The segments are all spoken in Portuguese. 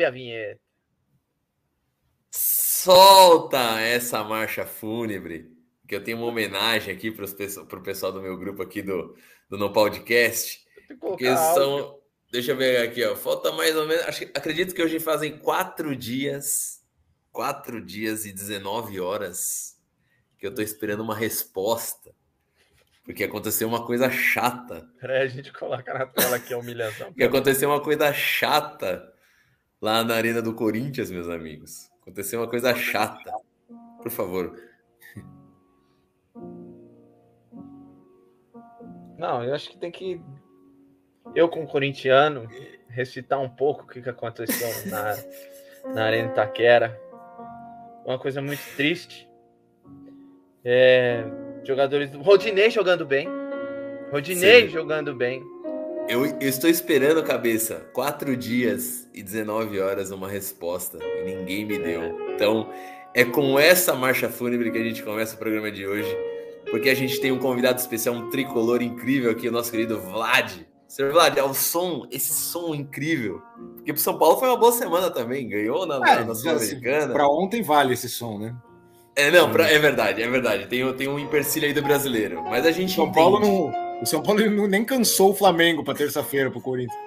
a vinheta. Solta essa marcha fúnebre, que eu tenho uma homenagem aqui para o pessoal do meu grupo aqui do No Podcast. Porque são... Deixa eu ver aqui, ó. Falta mais ou menos... Acredito que hoje fazem 4 dias e 19 horas que eu tô esperando uma resposta. Porque aconteceu uma coisa chata. Peraí, a gente coloca na tela aqui a humilhação. Porque aconteceu uma coisa chata lá na Arena do Corinthians, meus amigos. Aconteceu uma coisa chata. Por favor. Não, eu acho que tem que... Eu, como corintiano, recitar um pouco o que aconteceu na Arena Itaquera. Uma coisa muito triste. Jogadores do Rodinei jogando bem. Jogando bem. Eu estou esperando, cabeça, 4 dias e 19 horas uma resposta e ninguém me deu. Então, é com essa marcha fúnebre que a gente começa o programa de hoje, porque a gente tem um convidado especial, um tricolor incrível aqui, o nosso querido Vlad. Senhor Vlad, esse som incrível. Porque pro São Paulo foi uma boa semana também, ganhou na Sul-Americana. Para ontem vale esse som, né? É verdade. Tem um empecilho aí do brasileiro. Mas a gente O São Paulo nem cansou o Flamengo para terça-feira pro Corinthians.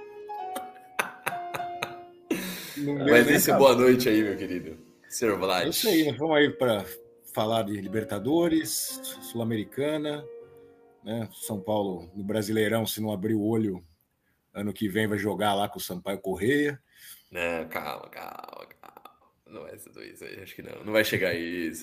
Mas esse boa noite aí, meu querido. Senhor Vlad. É isso aí, nós vamos aí para falar de Libertadores, Sul-Americana, né? São Paulo no Brasileirão, se não abrir o olho, ano que vem vai jogar lá com o Sampaio Corrêa. Não, calma. Não é tudo isso aí, acho que não. Não vai chegar isso.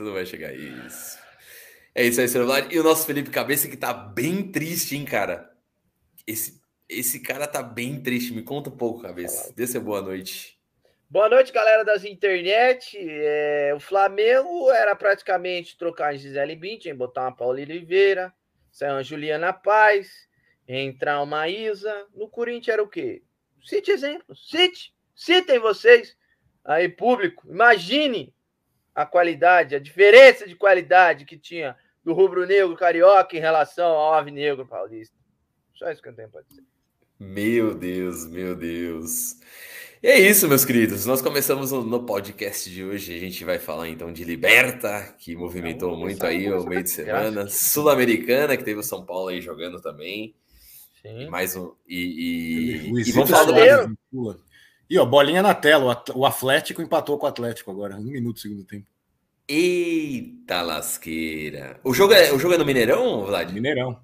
É isso aí, Senhor Vlad. E o nosso Felipe Cabeça, que tá bem triste, hein, cara? Esse cara tá bem triste. Me conta um pouco, Cabeça. Dê seu boa noite. Boa noite, galera das internet. O Flamengo era praticamente trocar a Gisele Bündchen, botar uma Paula Oliveira, sair uma Juliana Paz, entrar uma Isa. No Corinthians era o quê? Cite exemplos. Citem vocês aí, público. Imagine a qualidade, a diferença de qualidade que tinha do rubro-negro carioca em relação ao alvinegro paulista. Só isso que eu tenho para dizer. Meu Deus. E é isso, meus queridos. Nós começamos no podcast de hoje. A gente vai falar então de Liberta, que movimentou muito aí o meio de semana. Sul-Americana, que teve o São Paulo aí jogando também. Sim. E mais um. E vamos falar do brasileiro. E ó, bolinha na tela. O Atlético empatou com o Atlético agora. 1 minuto do segundo tempo. Eita lasqueira. O jogo é no Mineirão, Vlad? Mineirão.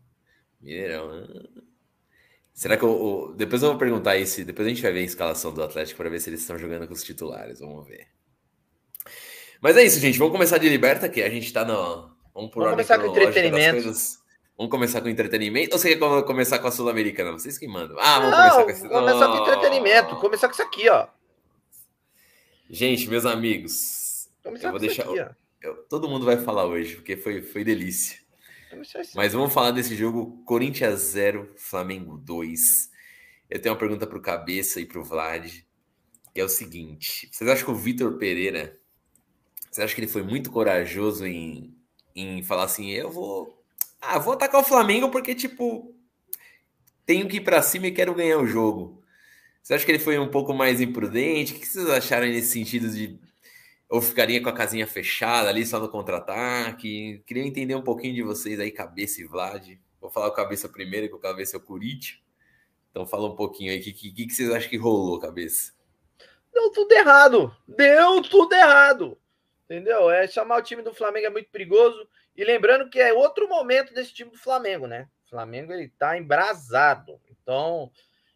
Será que depois eu vou perguntar isso. Depois a gente vai ver a escalação do Atlético para ver se eles estão jogando com os titulares. Vamos ver. Mas é isso, gente. Vamos começar de Liberta, que a gente tá no... Vamos começar com entretenimento. Vamos começar com entretenimento? Ou você quer começar com a Sul-Americana? Vocês que mandam. Vamos começar com entretenimento. Começar com isso aqui, ó. Gente, meus amigos... Eu vou deixar. Todo mundo vai falar hoje, porque foi delícia. Mas vamos falar desse jogo: Corinthians 0, Flamengo 2. Eu tenho uma pergunta pro Cabeça e pro Vlad, que é o seguinte: vocês acham que o Vitor Pereira, você acha que ele foi muito corajoso em falar assim, eu vou atacar o Flamengo porque, tipo, tenho que ir pra cima e quero ganhar o jogo? Você acha que ele foi um pouco mais imprudente? O que vocês acharam nesse sentido de... Ou ficaria com a casinha fechada ali só no contra-ataque? Queria entender um pouquinho de vocês aí, Cabeça e Vlad. Vou falar com o Cabeça primeiro, que o Cabeça é o Corinthians. Então fala um pouquinho aí. O que vocês acham que rolou, Cabeça? Deu tudo errado. Entendeu? Chamar o time do Flamengo é muito perigoso. E lembrando que é outro momento desse time do Flamengo, né? O Flamengo, ele tá embrasado. Então,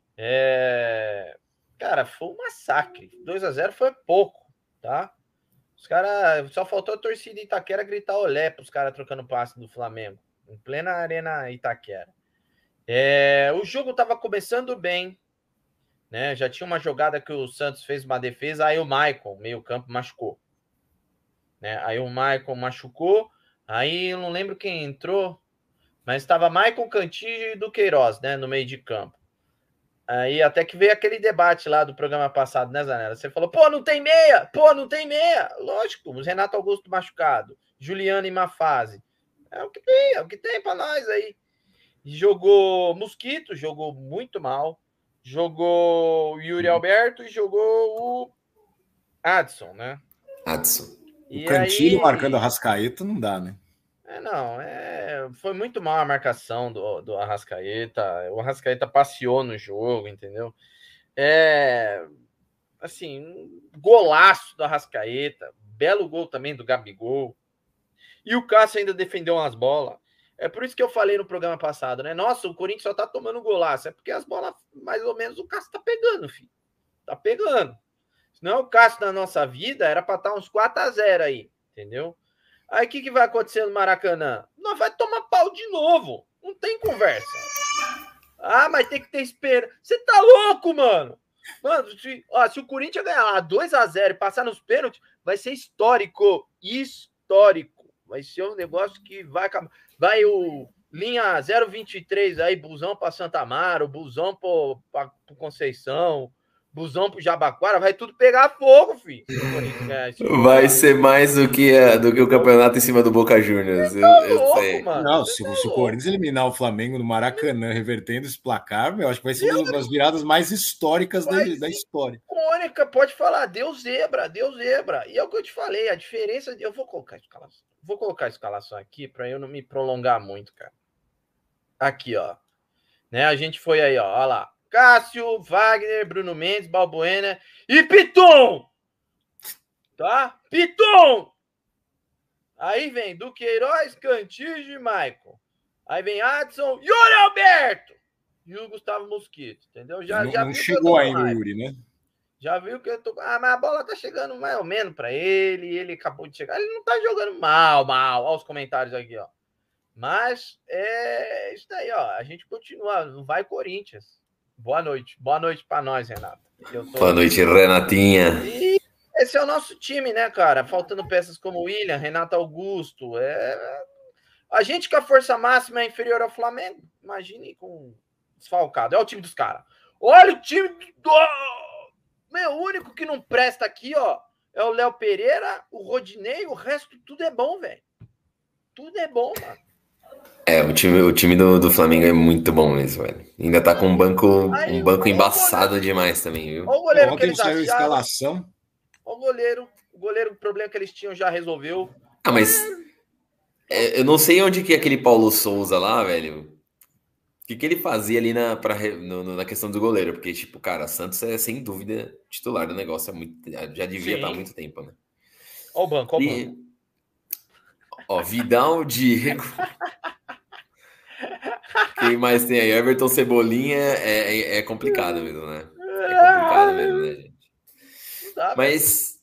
cara, foi um massacre. 2-0 foi pouco, tá? Os caras... Só faltou a torcida Itaquera gritar olé para os caras trocando passe do Flamengo. Em plena Arena Itaquera. O jogo estava começando bem, né? Já tinha uma jogada que o Santos fez uma defesa, aí o Maicon, meio campo, machucou. Né? Aí o Maicon machucou, aí eu não lembro quem entrou, mas estava Maicon, Cantillo e Duqueiroz, né? No meio de campo. Aí até que veio aquele debate lá do programa passado, né, Zanella? Você falou, não tem meia! Lógico, o Renato Augusto machucado, Juliano em má fase. É o que tem para nós aí. Jogou Mosquito, jogou muito mal. Jogou o Yuri Alberto e jogou Adson, né? Adson. O Cantilho marcando a Arrascaeta não dá, né? Foi muito mal a marcação do Arrascaeta. O Arrascaeta passeou no jogo, entendeu? Assim, golaço do Arrascaeta, belo gol também do Gabigol. E o Cássio ainda defendeu umas bolas. É por isso que eu falei no programa passado, né? Nossa, o Corinthians só tá tomando golaço. É porque as bolas, mais ou menos, o Cássio tá pegando, filho. Tá pegando. Senão o Cássio na nossa vida era pra estar uns 4-0 aí, entendeu? Aí o que vai acontecer no Maracanã? Nós vai tomar pau de novo. Não tem conversa. Mas tem que ter esperança. Você tá louco, mano? Mano, se o Corinthians ganhar lá 2-0 e passar nos pênaltis, vai ser histórico. Histórico. Vai ser um negócio que vai acabar. Vai o linha 023 aí, busão pra Santa Amaro, busão pro Conceição, busão pro Jabaquara, vai tudo pegar fogo, filho. Vai ser mais do que o campeonato em cima do Boca Juniors. Eu sei. Mano. Não, se o Corinthians eliminar o Flamengo no Maracanã, revertendo esse placar, eu acho que vai ser uma das viradas mais históricas da história. Cônica, pode falar, deu zebra. E é o que eu te falei, a diferença. Eu vou colocar a escalação aqui para eu não me prolongar muito, cara. Aqui, ó. Né, a gente foi aí, ó. Olha lá. Cássio, Wagner, Bruno Mendes, Balbuena e Piton! Tá? Piton! Aí vem Duqueiroz, Cantígio e Maicon. Aí vem Adson, Yuri Alberto! E o Gustavo Mosquito, entendeu? Não chegou ainda o Yuri, né? Já viu que eu tô... mas a bola tá chegando mais ou menos para ele acabou de chegar. Ele não tá jogando mal. Olha os comentários aqui, ó. Mas é isso daí, ó. A gente continua. Não vai Corinthians. Boa noite para nós, Renato. Boa noite, Renatinha. E esse é o nosso time, né, cara? Faltando peças como William, Renato Augusto. A gente com a força máxima é inferior ao Flamengo. Imagine com desfalcado. É o time dos caras. Olha o time do... o único que não presta aqui, ó, é o Léo Pereira, o Rodinei, o resto tudo é bom, velho. Tudo é bom, mano. O time do Flamengo é muito bom mesmo, velho. Ainda tá com um banco embaçado demais também, viu? Olha o goleiro que eles acharam. Escalação. Olha o goleiro, o problema que eles tinham já resolveu. Mas eu não sei onde que aquele Paulo Souza lá, velho, o que ele fazia ali na questão do goleiro? Porque, tipo, cara, Santos é sem dúvida titular do negócio. Já devia estar há muito tempo, né? Olha o banco. Ó, Vidal, Diego. Quem mais tem aí? Everton, Cebolinha. É complicado mesmo, né? É complicado mesmo, né, gente? Mas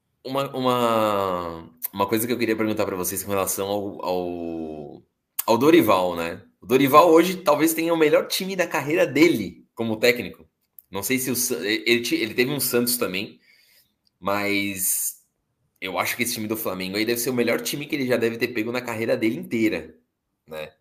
uma coisa que eu queria perguntar para vocês com relação ao Dorival, né? O Dorival hoje talvez tenha o melhor time da carreira dele como técnico. Não sei se ele teve um Santos também, mas eu acho que esse time do Flamengo aí deve ser o melhor time que ele já deve ter pego na carreira dele inteira, né?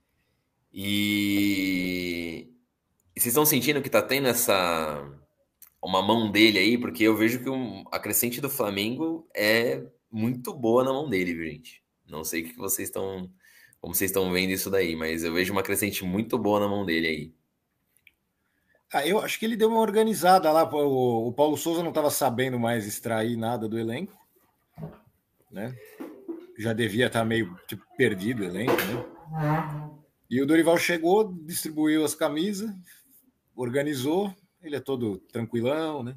E vocês estão sentindo que tá tendo uma mão dele aí? Porque eu vejo que a crescente do Flamengo é muito boa na mão dele, viu, gente? Não sei como vocês estão vendo isso daí, mas eu vejo uma crescente muito boa na mão dele aí. Eu acho que ele deu uma organizada lá. O Paulo Souza não estava sabendo mais extrair nada do elenco, né? Já devia estar meio perdido o elenco, né? E o Dorival chegou, distribuiu as camisas, organizou. Ele é todo tranquilão, né?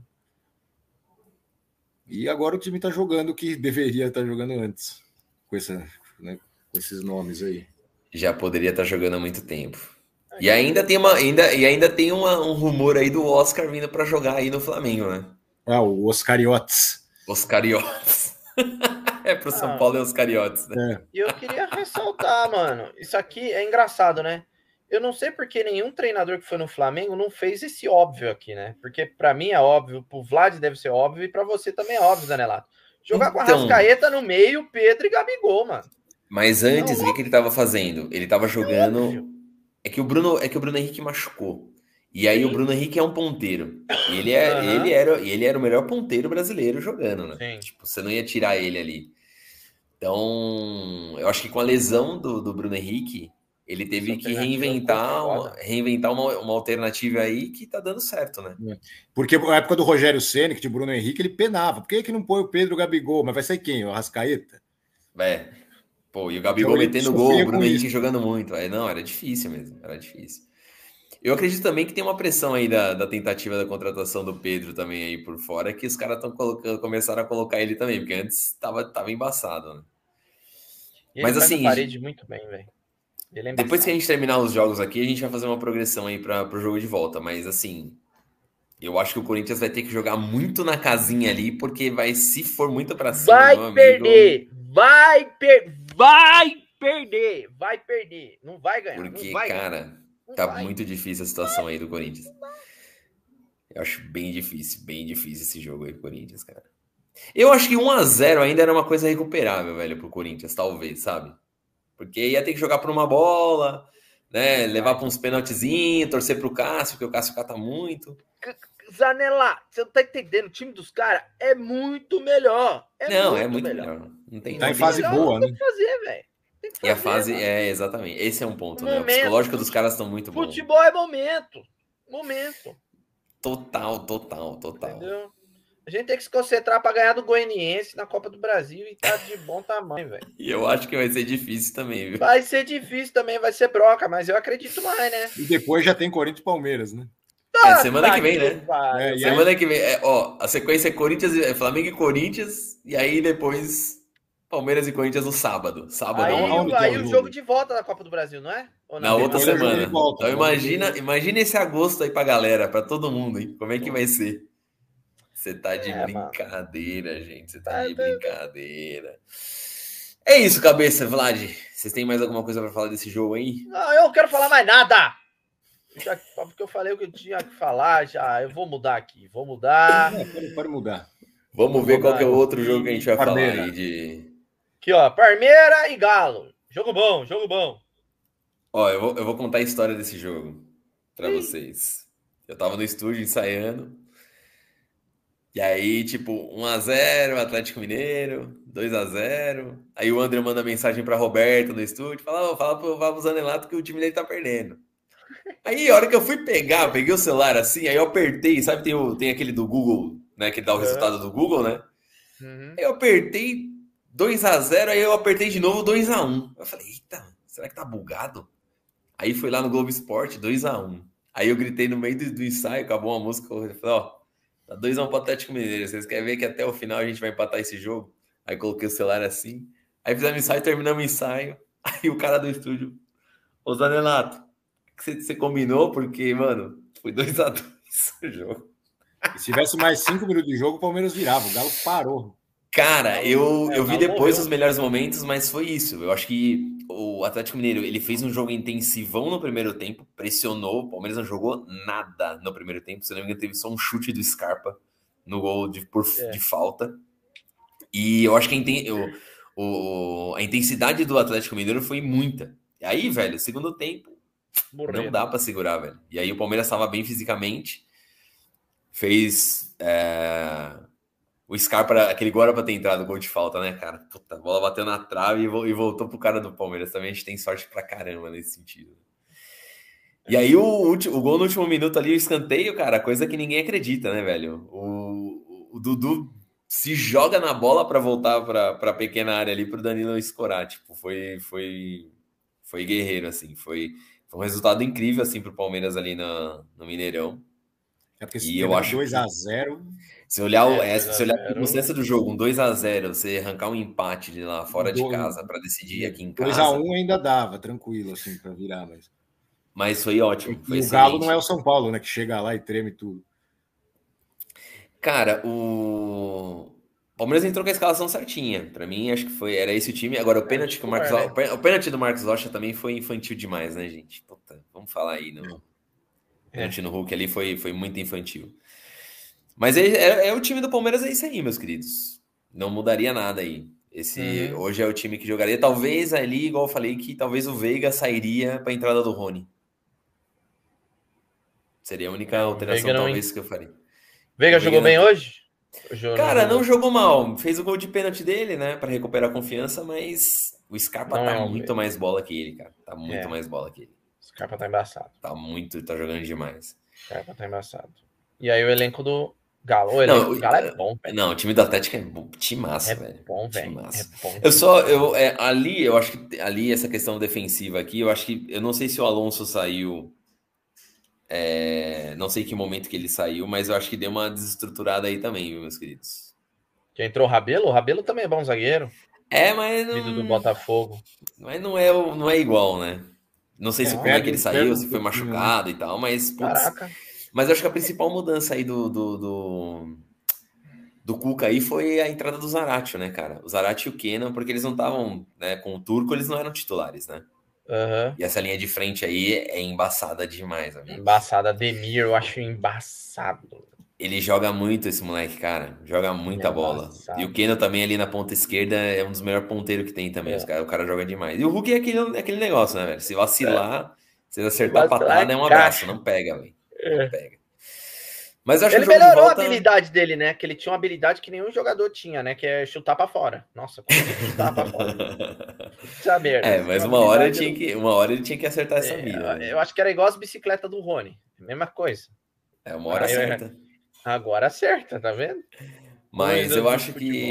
E agora o time está jogando o que deveria estar jogando antes, com esses nomes aí. Já poderia estar jogando há muito tempo. E ainda tem um rumor aí do Oscar vindo para jogar aí no Flamengo, né? O Oscariotes. Oscariotes. Pro São Paulo é Oscariotes, né? E eu queria ressaltar, mano, isso aqui é engraçado, né? Eu não sei porque nenhum treinador que foi no Flamengo não fez esse óbvio aqui, né? Porque para mim é óbvio, pro Vlad deve ser óbvio e para você também é óbvio, Danelato. Jogar com a Arrascaeta no meio, Pedro e Gabigol, mano. Mas antes, o que ele tava fazendo? Ele tava jogando... É que o Bruno Henrique machucou. E aí o Bruno Henrique é um ponteiro. E ele era o melhor ponteiro brasileiro jogando, né? Sim. Tipo, você não ia tirar ele ali. Então, eu acho que com a lesão do Bruno Henrique, ele teve que reinventar uma alternativa aí que tá dando certo, né? Porque na época do Rogério Ceni, que tinha o Bruno Henrique, ele penava. Por que não põe o Pedro Gabigol? Mas vai sair quem? O Arrascaeta? Pô, e o Gabigol então, metendo gol, o Bruno Henrique jogando muito. Não, era difícil mesmo, era difícil. Eu acredito também que tem uma pressão aí da tentativa da contratação do Pedro também aí por fora, que os caras começaram a colocar ele também, porque antes tava embaçado, né? Mas assim, parede muito bem, velho. Depois que a gente terminar os jogos aqui, a gente vai fazer uma progressão aí para o jogo de volta. Mas assim, eu acho que o Corinthians vai ter que jogar muito na casinha ali, porque se for muito para cima, vai perder, vai perder, não vai ganhar. Porque, cara, tá muito difícil a situação aí do Corinthians. Eu acho bem difícil esse jogo aí pro Corinthians, cara. Eu acho que 1-0 ainda era uma coisa recuperável, velho, pro Corinthians, talvez, sabe? Porque ia ter que jogar por uma bola, né? Levar para uns penaltizinhos, torcer pro Cássio, porque o Cássio cata muito. Zanella, você não tá entendendo? O time dos caras é muito melhor. É muito melhor. Não tem tá em fase boa, né? Tem que fazer, velho. E a fase, exatamente. Esse é um ponto, né? O psicológico dos caras estão muito bons. Futebol é momento. Total. Entendeu? A gente tem que se concentrar para ganhar do Goianiense na Copa do Brasil e tá de bom tamanho, velho. E eu acho que vai ser difícil também, viu? Vai ser difícil também, vai ser broca, mas eu acredito mais, né? E depois já tem Corinthians e Palmeiras, né? Semana que vem, né? Semana que vem. A sequência é Corinthians, Flamengo e Corinthians, e aí depois Palmeiras e Corinthians no sábado. Aí o jogo de volta da Copa do Brasil, não é? Na outra semana. Então imagina esse agosto aí pra galera, pra todo mundo, hein? Como é que vai ser? Você tá de brincadeira, gente. Você tá de brincadeira. É isso, cabeça, Vlad. Vocês têm mais alguma coisa pra falar desse jogo aí? Não, eu não quero falar mais nada. Porque eu falei o que eu tinha que falar, já. Eu vou mudar aqui. Pode mudar. Vamos ver qual que é o outro jogo que a gente vai falar aí de... Aqui, ó. Parmeira e Galo. Jogo bom. Ó, eu vou contar a história desse jogo pra vocês. Eu tava no estúdio ensaiando. E aí, tipo, 1-0, Atlético Mineiro, 2-0. Aí o André manda mensagem pra Roberto no estúdio, fala pro Zanelato que o time dele tá perdendo. Aí, a hora que eu fui peguei o celular assim, aí eu apertei, sabe, tem aquele do Google, né, que dá o resultado do Google, né? Uhum. Aí eu apertei 2-0, aí eu apertei de novo 2-1. Eu falei, eita, será que tá bugado? Aí fui lá no Globo Esporte, 2-1. Aí eu gritei no meio do ensaio, acabou uma música, eu falei, tá 2-1 pro Atlético Mineiro. Vocês querem ver que até o final a gente vai empatar esse jogo? Aí coloquei o celular assim. Aí fizemos o ensaio, terminamos o ensaio. Aí o cara do estúdio, ô Zanelato, o que você combinou? Porque, mano, foi 2-2 o jogo. E se tivesse mais 5 minutos de jogo, o Palmeiras virava. O Galo parou. Cara, eu vi depois os melhores momentos, mas foi isso. Eu acho que o Atlético Mineiro, ele fez um jogo intensivão no primeiro tempo, pressionou, o Palmeiras não jogou nada no primeiro tempo, se não me engano teve só um chute do Scarpa no gol de falta. E eu acho que a intensidade do Atlético Mineiro foi muita. E aí, velho, segundo tempo, não dá pra segurar, velho. E aí o Palmeiras estava bem fisicamente, fez... O Scarpa, aquele gol era pra ter entrado, gol de falta, né, cara? Puta, a bola bateu na trave e voltou pro cara do Palmeiras. Também a gente tem sorte pra caramba nesse sentido. E aí o gol no último minuto ali, o escanteio, cara, coisa que ninguém acredita, né, velho? O Dudu se joga na bola pra voltar pra pequena área ali pro Danilo escorar. Tipo, foi guerreiro, assim. Foi um resultado incrível, assim, pro Palmeiras ali no Mineirão. É porque se eu acho 2-0... Se olhar a circunstância do jogo, um 2-0, você arrancar um empate de lá fora de casa para decidir aqui em casa. 2-1 ainda dava, tranquilo, assim, para virar, mas foi ótimo. Foi o Galo não é o São Paulo, né? Que chega lá e treme tudo. Cara, o Palmeiras entrou com a escalação certinha. Para mim, acho que era esse o time. Agora, o pênalti o pênalti do Marcos Rocha também foi infantil demais, né, gente? Puta, vamos falar aí. Pênalti no Hulk ali foi muito infantil. Mas o time do Palmeiras, é isso aí, meus queridos. Não mudaria nada aí. Hoje é o time que jogaria. Talvez ali, igual eu falei, que talvez o Veiga sairia para a entrada do Rony. Seria a única alteração, talvez, que eu faria. Veiga jogou bem hoje? Cara, não jogou mal. Fez o gol de pênalti dele, né? Para recuperar a confiança, mas O Scarpa tá muito mais bola que ele, cara. Tá muito mais bola que ele. O Scarpa tá embaçado. Tá jogando demais. O Scarpa tá embaçado. E aí o elenco do Galo. O elenco do Galo é bom, velho. Não, o time do Atlético é bom. Timaço, velho. Bom, velho. É bom. Eu acho que ali, essa questão defensiva aqui, eu acho que. Eu não sei se o Alonso saiu. Não sei que momento que ele saiu, mas eu acho que deu uma desestruturada aí também, viu, meus queridos? Que entrou o Rabelo? O Rabelo também é bom zagueiro. Mas não. Vindo do Botafogo. Mas não é igual, né? Não sei como é que ele saiu, se foi machucado e tal, mas. Putz, caraca. Mas eu acho que a principal mudança aí do Cuca aí foi a entrada do Zaratio, né, cara? O Zaratio e o Kenan, porque eles não estavam, né, com o Turco, eles não eram titulares, né? Uhum. E essa linha de frente aí é embaçada demais, amigo. Embaçada. Demir, eu acho embaçado. Ele joga muito, esse moleque, cara. Joga muita bola. E o Kenan também ali na ponta esquerda é um dos melhores ponteiros que tem também. O cara joga demais. E o Hulk é aquele negócio, né, velho? Se vacilar, se acertar a patada, é um abraço. Não pega, velho. Não pega. Mas eu acho ele que o jogo melhorou de volta... a habilidade dele, né? Que ele tinha uma habilidade que nenhum jogador tinha, né? Que é chutar pra fora. Nossa, chutar pra fora. Essa merda. Mas uma hora ele tinha que acertar essa mira. Né? Eu acho que era igual as bicicletas do Rony. Mesma coisa. Uma hora acerta. Agora acerta, tá vendo? Mas eu acho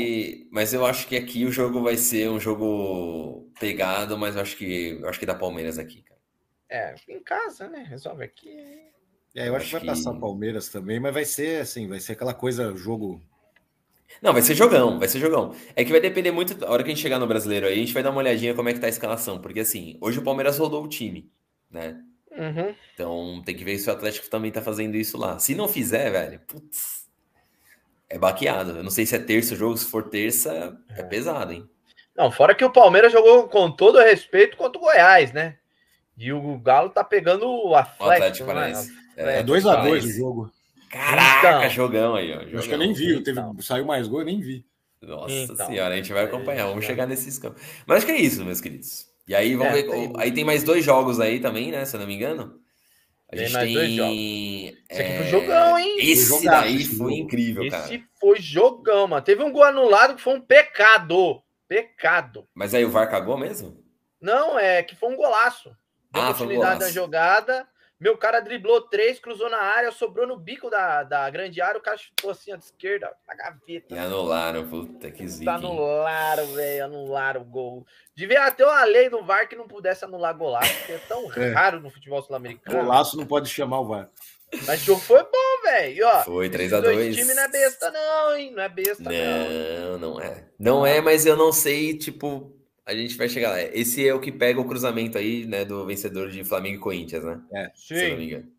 que aqui o jogo vai ser um jogo pegado, mas eu acho que dá Palmeiras aqui, cara. Em casa, né? Resolve aqui. Eu acho que vai passar o Palmeiras também, mas vai ser assim, vai ser aquela coisa, jogo... Não, vai ser jogão. É que vai depender muito, da hora que a gente chegar no Brasileiro aí, a gente vai dar uma olhadinha como é que tá a escalação, porque assim, hoje o Palmeiras rodou o time, né? Uhum. Então tem que ver se o Atlético também tá fazendo isso lá. Se não fizer, velho, putz, é baqueado. Eu não sei se é terça o jogo, se for terça, é pesado, hein? Não, fora que o Palmeiras jogou com todo respeito contra o Goiás, né? E o Galo tá pegando o Atlético Paranaense. É 2-2 o jogo. Caraca, jogão aí, ó. Acho que eu nem vi, saiu mais gol, eu nem vi. Nossa senhora, a gente vai acompanhar, vamos chegar nesses campos. Mas acho que é isso, meus queridos. E aí, vamos ver. Aí tem mais 2 jogos aí também, né? Se eu não me engano. A gente tem 2 jogos. Esse aqui foi jogão, hein? Esse daí foi incrível, cara. Esse foi jogão, mano. Teve um gol anulado que foi um pecado. Pecado. Mas aí o VAR cagou mesmo? Não, que foi um golaço. Deu continuidade da jogada. Meu cara driblou 3, cruzou na área, sobrou no bico da grande área, o cara chutou assim, ó, de esquerda, na gaveta. E anularam, puta que zica. Anularam, velho, anularam o gol. Devia ter uma lei do VAR que não pudesse anular golaço, porque é tão raro no futebol sul-americano. Golaço não pode chamar o VAR. Mas o jogo foi bom, velho. Foi 3-2. O time não é besta não, hein? Não é besta não. Não é. Não é, mas eu não sei, tipo... A gente vai chegar lá. Esse é o que pega o cruzamento aí, né, do vencedor de Flamengo e Corinthians, né? Sim. Se eu não me engano.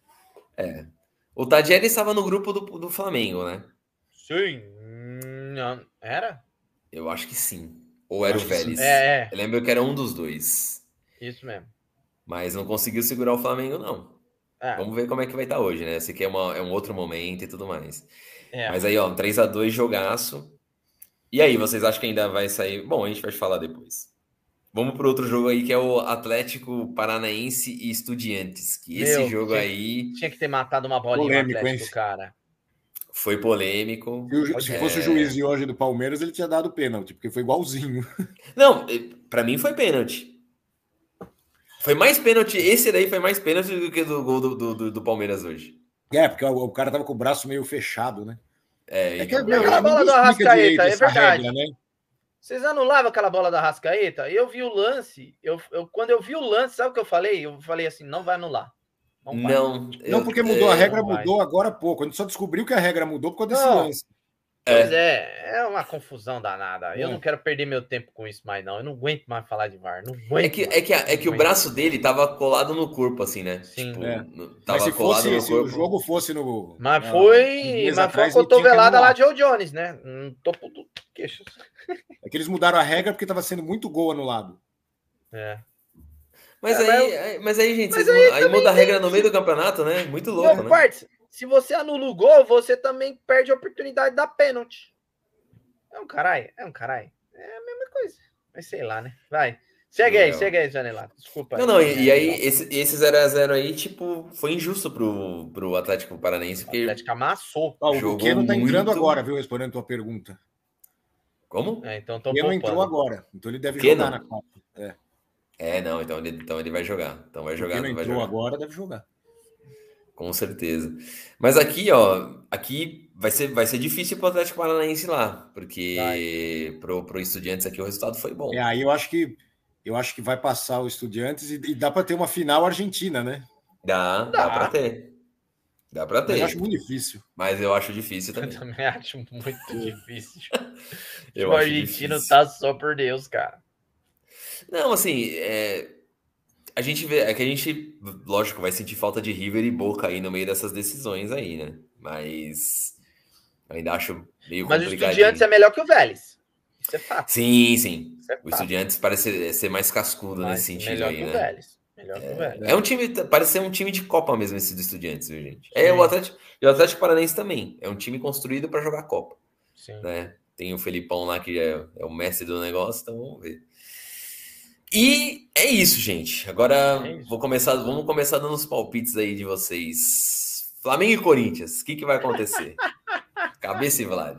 O Tadieri estava no grupo do Flamengo, né? Sim. Não. Era? Eu acho que sim. Ou era o Vélez. Eu lembro que era um dos dois. Isso mesmo. Mas não conseguiu segurar o Flamengo, não. Vamos ver como é que vai estar hoje, né? Esse aqui é um outro momento e tudo mais. Mas aí, ó, 3-2, jogaço. E aí, vocês acham que ainda vai sair? Bom, a gente vai falar depois. Vamos para outro jogo aí, que é o Atlético Paranaense e Estudiantes. Que esse jogo aí... Tinha que ter matado uma bolinha no Atlético, cara. Foi polêmico. Se fosse o juiz de hoje do Palmeiras, ele tinha dado pênalti, porque foi igualzinho. Não, para mim foi pênalti. Foi mais pênalti. Esse daí foi mais pênalti do que do gol do Palmeiras hoje. Porque o cara tava com o braço meio fechado, né? Aquela bola do Arrascaeta, é verdade. Regra, né? Vocês anulavam aquela bola da Arrascaeta? Eu vi o lance, quando eu vi o lance, sabe o que eu falei? Eu falei assim, não vai anular. Não, porque mudou, a regra mudou agora há pouco. A gente só descobriu que a regra mudou por causa desse lance. Pois é uma confusão danada. Eu não quero perder meu tempo com isso mais, não. Eu não aguento mais falar de VAR. Não aguento é que o braço dele tava colado no corpo, assim, né? Sim. Tipo, tava colado no corpo. Se o jogo fosse no... Mas foi uma cotovelada lá de Joe Jones, né? No topo do queixo. É que eles mudaram a regra porque tava sendo muito gol anulado. Mas aí, gente, aí muda a regra no meio do campeonato, né? Muito louco, né? Quartz, se você anula o gol, você também perde a oportunidade da pênalti. É um caralho. É a mesma coisa. Mas sei lá, né? Vai. Segue aí, Janelato. Desculpa. E aí, esse 0x0 aí, tipo, foi injusto pro Atlético Paranaense. O Atlético amassou. O Keno tá entrando agora, viu? Respondendo a tua pergunta. Como? Então ele não entrou agora, então ele deve jogar na Copa. Não, então ele vai jogar. Então vai jogar. Quem não entrou agora deve jogar. Com certeza. Mas aqui, ó, vai ser difícil pro Atlético Paranaense lá, porque pro Estudiantes aqui o resultado foi bom. Aí eu acho que vai passar o Estudiantes e dá para ter uma final argentina, né? Dá para ter. Dá para ter. Mas eu acho muito difícil. Mas eu acho difícil também. Eu também acho muito difícil. O argentino tá só por Deus, cara. Não, assim, a gente vê, que a gente, lógico, vai sentir falta de River e Boca aí no meio dessas decisões aí, né? Mas ainda acho meio complicadinho. Mas o Estudiantes é melhor que o Vélez. Isso é fato. Sim. O Estudiantes parece ser mais cascudo nesse sentido melhor aí, que né? O Vélez. Melhor que o Vélez. É um time, parece ser um time de Copa mesmo esse do Estudiantes, viu, gente? O Atlético Paranaense também. É um time construído para jogar Copa. Sim. Né? Tem o Felipão lá que é o mestre do negócio, então vamos ver. E é isso, gente. Agora vamos começar dando os palpites aí de vocês. Flamengo e Corinthians, o que vai acontecer? Cabeça e Vlad.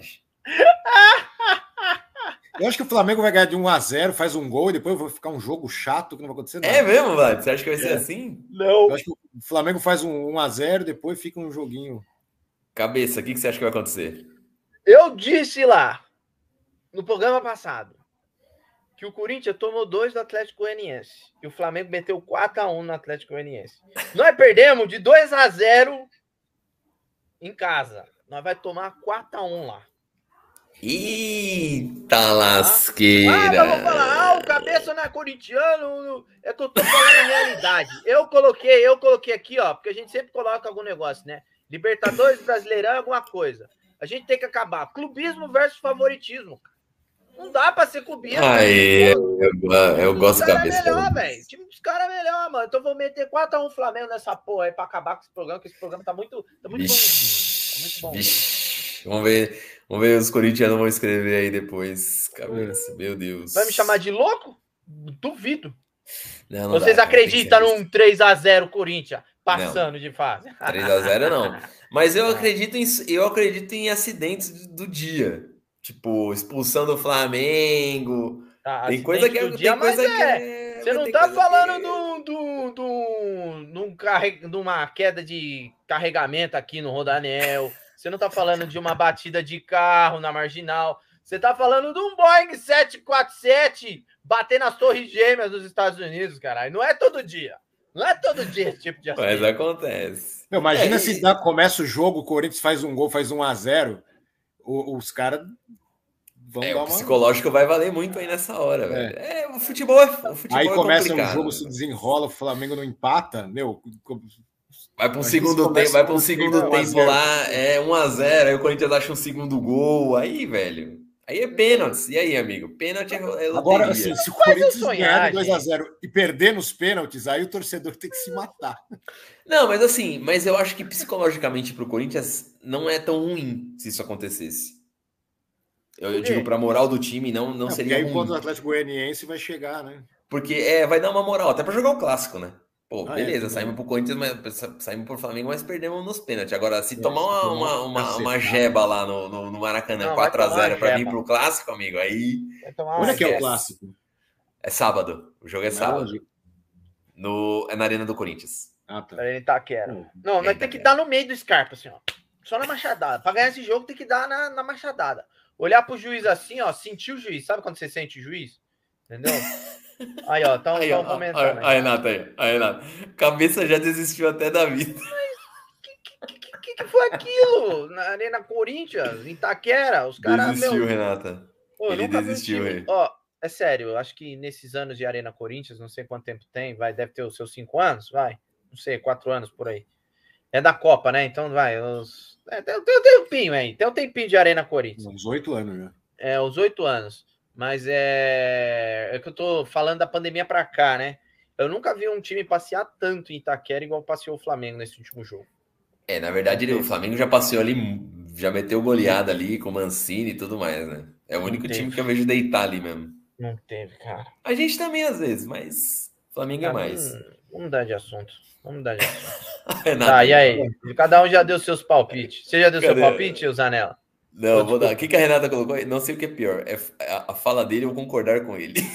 Eu acho que o Flamengo vai ganhar de 1-0, faz um gol e depois vai ficar um jogo chato que não vai acontecer nada. É mesmo, Vlad? Você acha que vai ser assim? Não. Eu acho que o Flamengo faz um 1-0 depois fica um joguinho. Cabeça, o que você acha que vai acontecer? Eu disse lá, no programa passado, que o Corinthians tomou 2 do Atlético Goianiense e o Flamengo meteu 4-1 no Atlético Goianiense. Nós perdemos de 2-0 em casa. Nós vai tomar 4-1 lá. Eita lasqueira! Vamos falar, o Cabeça não é corintiano, é que eu tô falando a realidade. Eu coloquei aqui, ó, porque a gente sempre coloca algum negócio, né? Libertadores, Brasileirão, alguma coisa. A gente tem que acabar. Clubismo versus favoritismo. Não dá pra ser clubismo. Eu gosto do Cabeça. O time dos caras é melhor, velho. O time dos caras é melhor, mano. Então vou meter 4-1 Flamengo nessa porra aí pra acabar com esse programa, porque esse programa tá muito bom. Muito bom. Vamos ver os corintianos vão escrever aí depois. Cabeça, meu Deus. Vai me chamar de louco? Duvido. Não Vocês acreditam num 3-0 Corinthians passando de fase? 3-0 não. Mas eu acredito em acidentes do dia. Tipo, expulsão do Flamengo. Tem coisa que é. Você não tá falando de uma queda de carregamento aqui no Rodanel. Você não tá falando de uma batida de carro na Marginal. Você tá falando de um Boeing 747 bater nas Torres Gêmeas dos Estados Unidos, caralho. Não é todo dia. Não é todo dia esse tipo de acidente. Mas acontece. Imagina se começa o jogo, o Corinthians faz um gol, faz 1-0. Os caras vão dar o psicológico vai valer muito aí nessa hora, velho. O futebol aí começa complicado. Um jogo, se desenrola, o Flamengo não empata, meu... Vai para um segundo tempo lá, 1-0, aí o Corinthians acha um segundo gol, aí, velho. Aí é pênalti. E aí, amigo? Pênalti é loteria. Agora, assim, se o Corinthians ganhar de 2-0 e perder nos pênaltis, aí o torcedor tem que se matar. Não, mas eu acho que psicologicamente pro Corinthians não é tão ruim se isso acontecece. Eu digo pra moral do time, não seria ruim. Porque aí quando o Atlético Goianiense vai chegar, né? Porque vai dar uma moral, até pra jogar o clássico, né? Pô, beleza, saímos pro Corinthians, saímos pro Flamengo, mas perdemos nos pênaltis. Agora, se tomar uma jeba lá no Maracanã, 4-0 pra vir pro clássico, amigo, aí... Onde é que é o clássico? É sábado, o jogo é sábado. É na Arena do Corinthians. Ah, tá. Arena Itaquera. Não, nós tem que dar no meio do Scarpa, assim, ó. Só na machadada. Pra ganhar esse jogo tem que dar na machadada. Olhar pro juiz assim, ó, sentir o juiz. Sabe quando você sente o juiz? Entendeu? Aí, ó, estão comentando. Aí, Renato. Cabeça já desistiu até da vida. Mas que foi aquilo? Na Arena Corinthians, em Itaquera, os caras... Desistiu, Renata. Pô, ele desistiu, hein? Ó, é sério, eu acho que nesses anos de Arena Corinthians, não sei quanto tempo tem, deve ter os seus 5 anos, não sei, 4 anos por aí. É da Copa, né? Então, tem um tempinho aí, tem um tempinho de Arena Corinthians. Uns 8 anos, né? Uns 8 anos. Mas é que eu tô falando da pandemia pra cá, né? Eu nunca vi um time passear tanto em Itaquera igual passeou o Flamengo nesse último jogo. Na verdade, o Flamengo já passeou ali, já meteu goleada ali com o Mancini e tudo mais, né? É o único time que eu vejo deitar ali mesmo. Não teve, cara. A gente também, às vezes, mas o Flamengo é mais. Vamos mudar de assunto. Tá, e aí? Cada um já deu seus palpites. Você já deu seu palpite, Zanella? Não, vou dar. O que a Renata colocou? Não sei o que é pior. É a fala dele ou concordar com ele.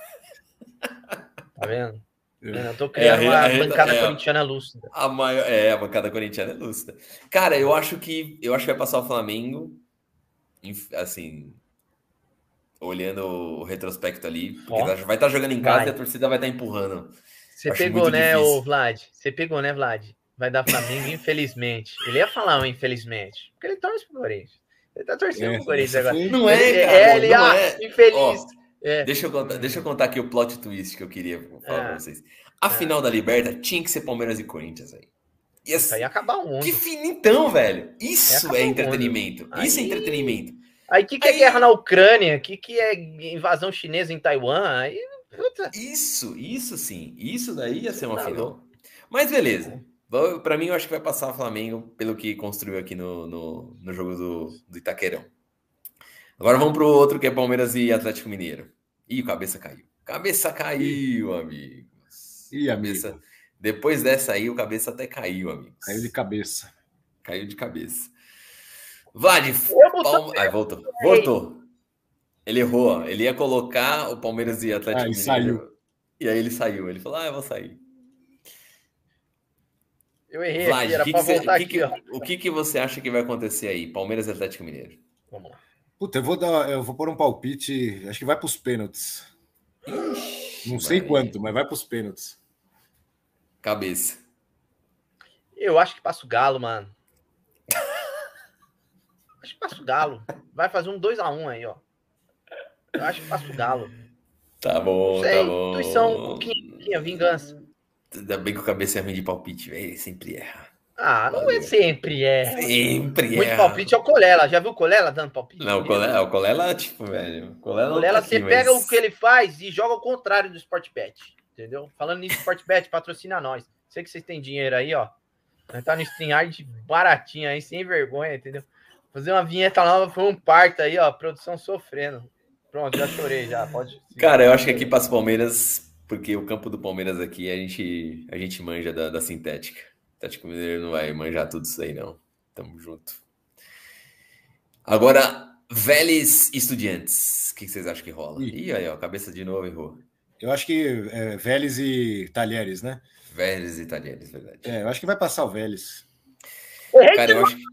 Tá vendo? Eu tô criando uma bancada corintiana lúcida. A bancada corintiana é lúcida. Cara, eu acho que vai passar o Flamengo, assim, olhando o retrospecto ali, porque vai estar jogando em casa e a torcida vai estar empurrando. Você pegou, né, o Vlad? Você pegou, né, Vlad? Vai dar Flamengo, infelizmente. Ele ia falar um infelizmente, porque ele torce pro Corinthians. Ele tá torcendo pro Corinthians agora. Não é, cara. Ele não é. Infeliz. Deixa eu contar aqui o plot twist que eu queria falar pra vocês. A final da Liberta tinha que ser Palmeiras e Corinthians aí. Isso aí ia acabar o mundo. Que finitão, velho. Isso é entretenimento. Isso é entretenimento. Aí o que é guerra na Ucrânia? O que é invasão chinesa em Taiwan? Aí, puta. Isso sim. Isso daí ia ser uma final. Mas beleza. Pra mim, eu acho que vai passar o Flamengo pelo que construiu aqui no jogo do Itaquerão. Agora vamos pro outro, que é Palmeiras e Atlético Mineiro. Ih, o cabeça caiu. Cabeça caiu, amigos. Ih, amigo. Depois dessa aí, o cabeça até caiu, amigos. Caiu de cabeça. Caiu de cabeça. Vlad, voltou. Ele errou, ó. Ele ia colocar o Palmeiras e Atlético Mineiro. Saiu. E aí ele saiu. Ele falou, eu vou sair. Eu errei Vlad, aqui, era pra voltar aqui, ó. O que você acha que vai acontecer aí? Palmeiras e Atlético Mineiro. Vamos lá. Puta, eu vou pôr um palpite, acho que vai pros pênaltis. Não sei quanto, mas vai pros pênaltis. Cabeça. Eu acho que passa o Galo, mano. Acho que passa o Galo. Vai fazer um 2-1 aí, ó. Eu acho que passa o Galo. Tá bom, tá bom. Intuição, Cuquinha, vingança. Ainda bem que o cabeça é ruim de palpite, velho. Ele sempre erra. Não é sempre erra. Sempre erra. Muito palpite é o Colela. Já viu o Colela dando palpite? Não, o Colela, tipo, velho. O Colela você pega o que ele faz e joga ao contrário do Sportbet. Entendeu? Falando nisso, Sportbet, patrocina nós. Sei que vocês têm dinheiro aí, ó. Tá no StreamYard baratinho aí, sem vergonha, entendeu? Fazer uma vinheta nova foi um parto aí, ó. Produção sofrendo. Pronto, já chorei, já. Pode. Cara, eu acho que aqui passa o Palmeiras, porque o campo do Palmeiras aqui a gente manja da sintética. O Atlético Mineiro não vai manjar tudo isso aí, não. Tamo junto. Agora, Vélez e Estudiantes. O que vocês acham que rola? Ih, aí, ó, cabeça de novo errou. Eu acho que Vélez e Talheres, né? Vélez e Talheres, verdade. Eu acho que vai passar o Vélez. Cara, eu acho que...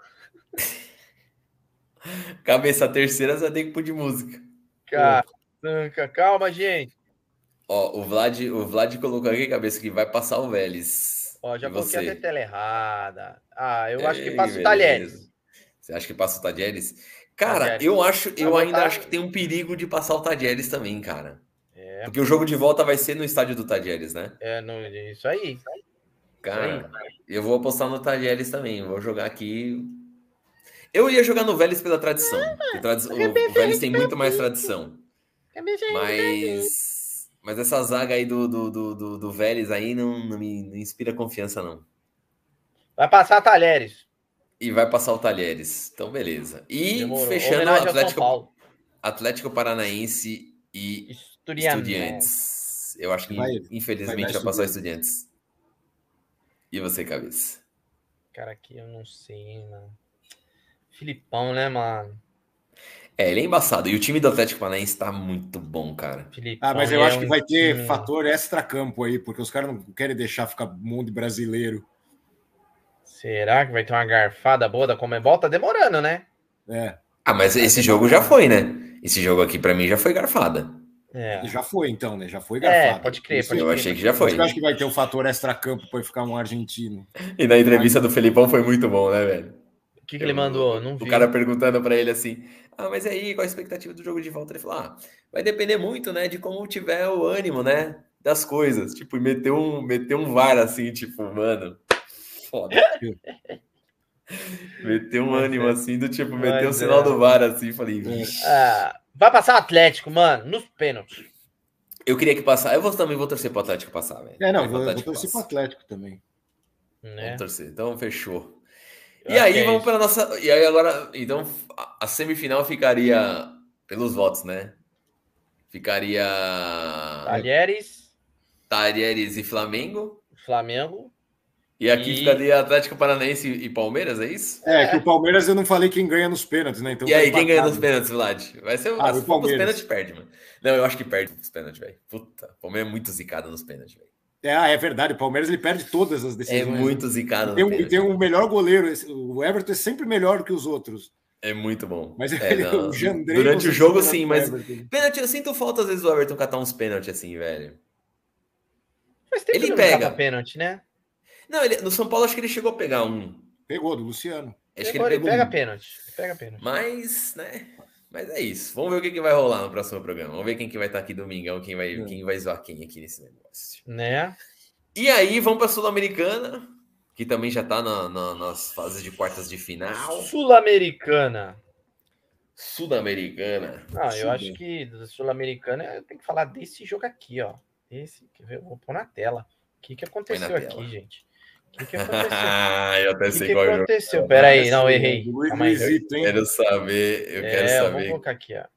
Cabeça terceira, só tem que pôr de música. Calma, gente. Ó, o Vlad colocou aqui, cabeça, que vai passar o Vélez. Ó, já coloquei até tela errada. Eu acho que passa o Talheres. Você acha que passa o Talheres? Cara, eu ainda acho que tem um perigo de passar o Talheres também, cara. Porque o jogo de volta vai ser no estádio do Talheres, né? Isso aí. Cara, eu vou apostar no Talheres também. Vou jogar aqui. Eu ia jogar no Vélez pela tradição. O Vélez tem muito mais tradição. Mas essa zaga aí do Vélez aí não me inspira confiança, não. Vai passar Talheres. E vai passar o Talheres. Então, beleza. E fechando Atlético Paranaense e Estudiantes. Eu acho que, infelizmente, vai passar Estudiantes. E você, cabeça? Cara, aqui eu não sei, mano. Filipão, né, mano? Ele é embaçado. E o time do Atlético Paranaense tá muito bom, cara. Filipão, mas eu acho que vai ter fator extra-campo aí, porque os caras não querem deixar ficar mundo brasileiro. Será que vai ter uma garfada boa da Comebol? Tá demorando, né? Mas esse jogo já foi, né? Esse jogo aqui, pra mim, já foi garfada. Já foi, então, né? Já foi garfada. Pode crer. Eu achei que já foi. Eu acho que vai ter um fator extra-campo para ficar um argentino. E na entrevista do Felipão foi muito bom, né, velho? O que ele mandou? Não vi. O cara perguntando pra ele assim, mas aí, qual a expectativa do jogo de volta? Ele falou, vai depender muito, né, de como tiver o ânimo, né, das coisas. Tipo, meteu um VAR assim, tipo, mano, foda. Meteu um ânimo assim, do tipo, meteu um sinal do VAR assim, falei... Vai passar o Atlético, mano, nos pênaltis. Eu queria que passasse. Eu também vou torcer pro Atlético passar, velho. Vou torcer pro Atlético também. Vamos torcer. Então, fechou. E aí, vamos para nossa... E aí, agora... Então, a semifinal ficaria pelos votos, né? Ficaria... Talheres e Flamengo. E aqui ficaria Atlético Paranaense e Palmeiras, é isso? Que o Palmeiras eu não falei quem ganha nos pênaltis, né? Então e aí, quem ganha nos pênaltis, Vlad? Vai ser o se for pros Palmeiras. pênaltis, perde, mano. Não, eu acho que perde os pênaltis, velho. Puta, o Palmeiras é muito zicado nos pênaltis, velho. É verdade, o Palmeiras ele perde todas as decisões. É muito zicado no pênalti. E tem um melhor goleiro, o Everton é sempre melhor que os outros. É muito bom. Mas o Jandrei durante o jogo, sim, mas pênalti, eu sinto falta às vezes do Everton catar uns pênaltis assim, velho. Mas tem ele pega pênalti, né? Não, no São Paulo acho que ele chegou a pegar um. Pegou, do Luciano. Acho que ele pega pênalti. Pega pênalti. Mas, né? Mas é isso. Vamos ver o que vai rolar no próximo programa. Vamos ver quem que vai estar aqui domingão, quem vai zoar quem aqui nesse negócio. Né? E aí, vamos para a Sul-Americana, que também já está nas fases de quartas de final. Sul-Americana. Eu acho que da Sul-Americana tem que falar desse jogo aqui, ó. Vou pôr na tela. O que aconteceu aqui, gente? O que aconteceu? Eu até sei qual aconteceu. Jogo. Pera aí, não, errei. Calma aí. Eu quero saber. Vou colocar aqui, ó.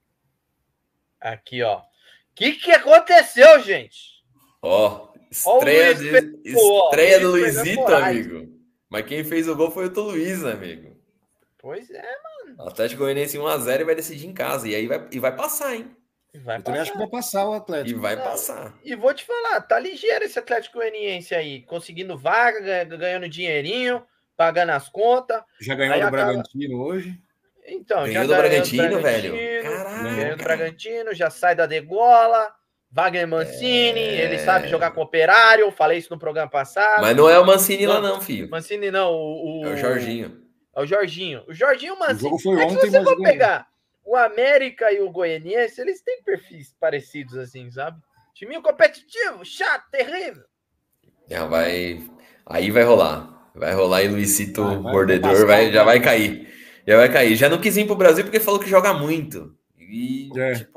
Aqui, ó. O que aconteceu, gente? Ó, estreia do Luizito, amigo. Mas quem fez o gol foi o Luiz, amigo. Pois é, mano. O Atlético Goianiense 1-0 e vai decidir em casa. E aí vai passar, hein? Eu também acho que vai passar o Atlético. E vai passar. E vou te falar, tá ligeiro esse Atlético Goianiense aí. Conseguindo vaga, ganhando dinheirinho, pagando as contas. Já ganhou do Bragantino hoje? Então, ganhou do Bragantino, velho. Caralho. Ganhou do Bragantino, já sai da degola. Wagner Mancini, ele sabe jogar com Operário. Eu falei isso no programa passado. Mas não é o Mancini lá não, filho. Mancini não, é o Jorginho. É o Jorginho. O Jorginho e o Mancini. O jogo foi ontem, se você for pegar o América e o Goianiense, eles têm perfis parecidos assim, sabe? Timinho competitivo, chato, terrível. Não, aí vai rolar. Vai rolar e Luizito Mordedor já vai cair. Já vai cair. Já não quis vir pro Brasil porque falou que joga muito. E,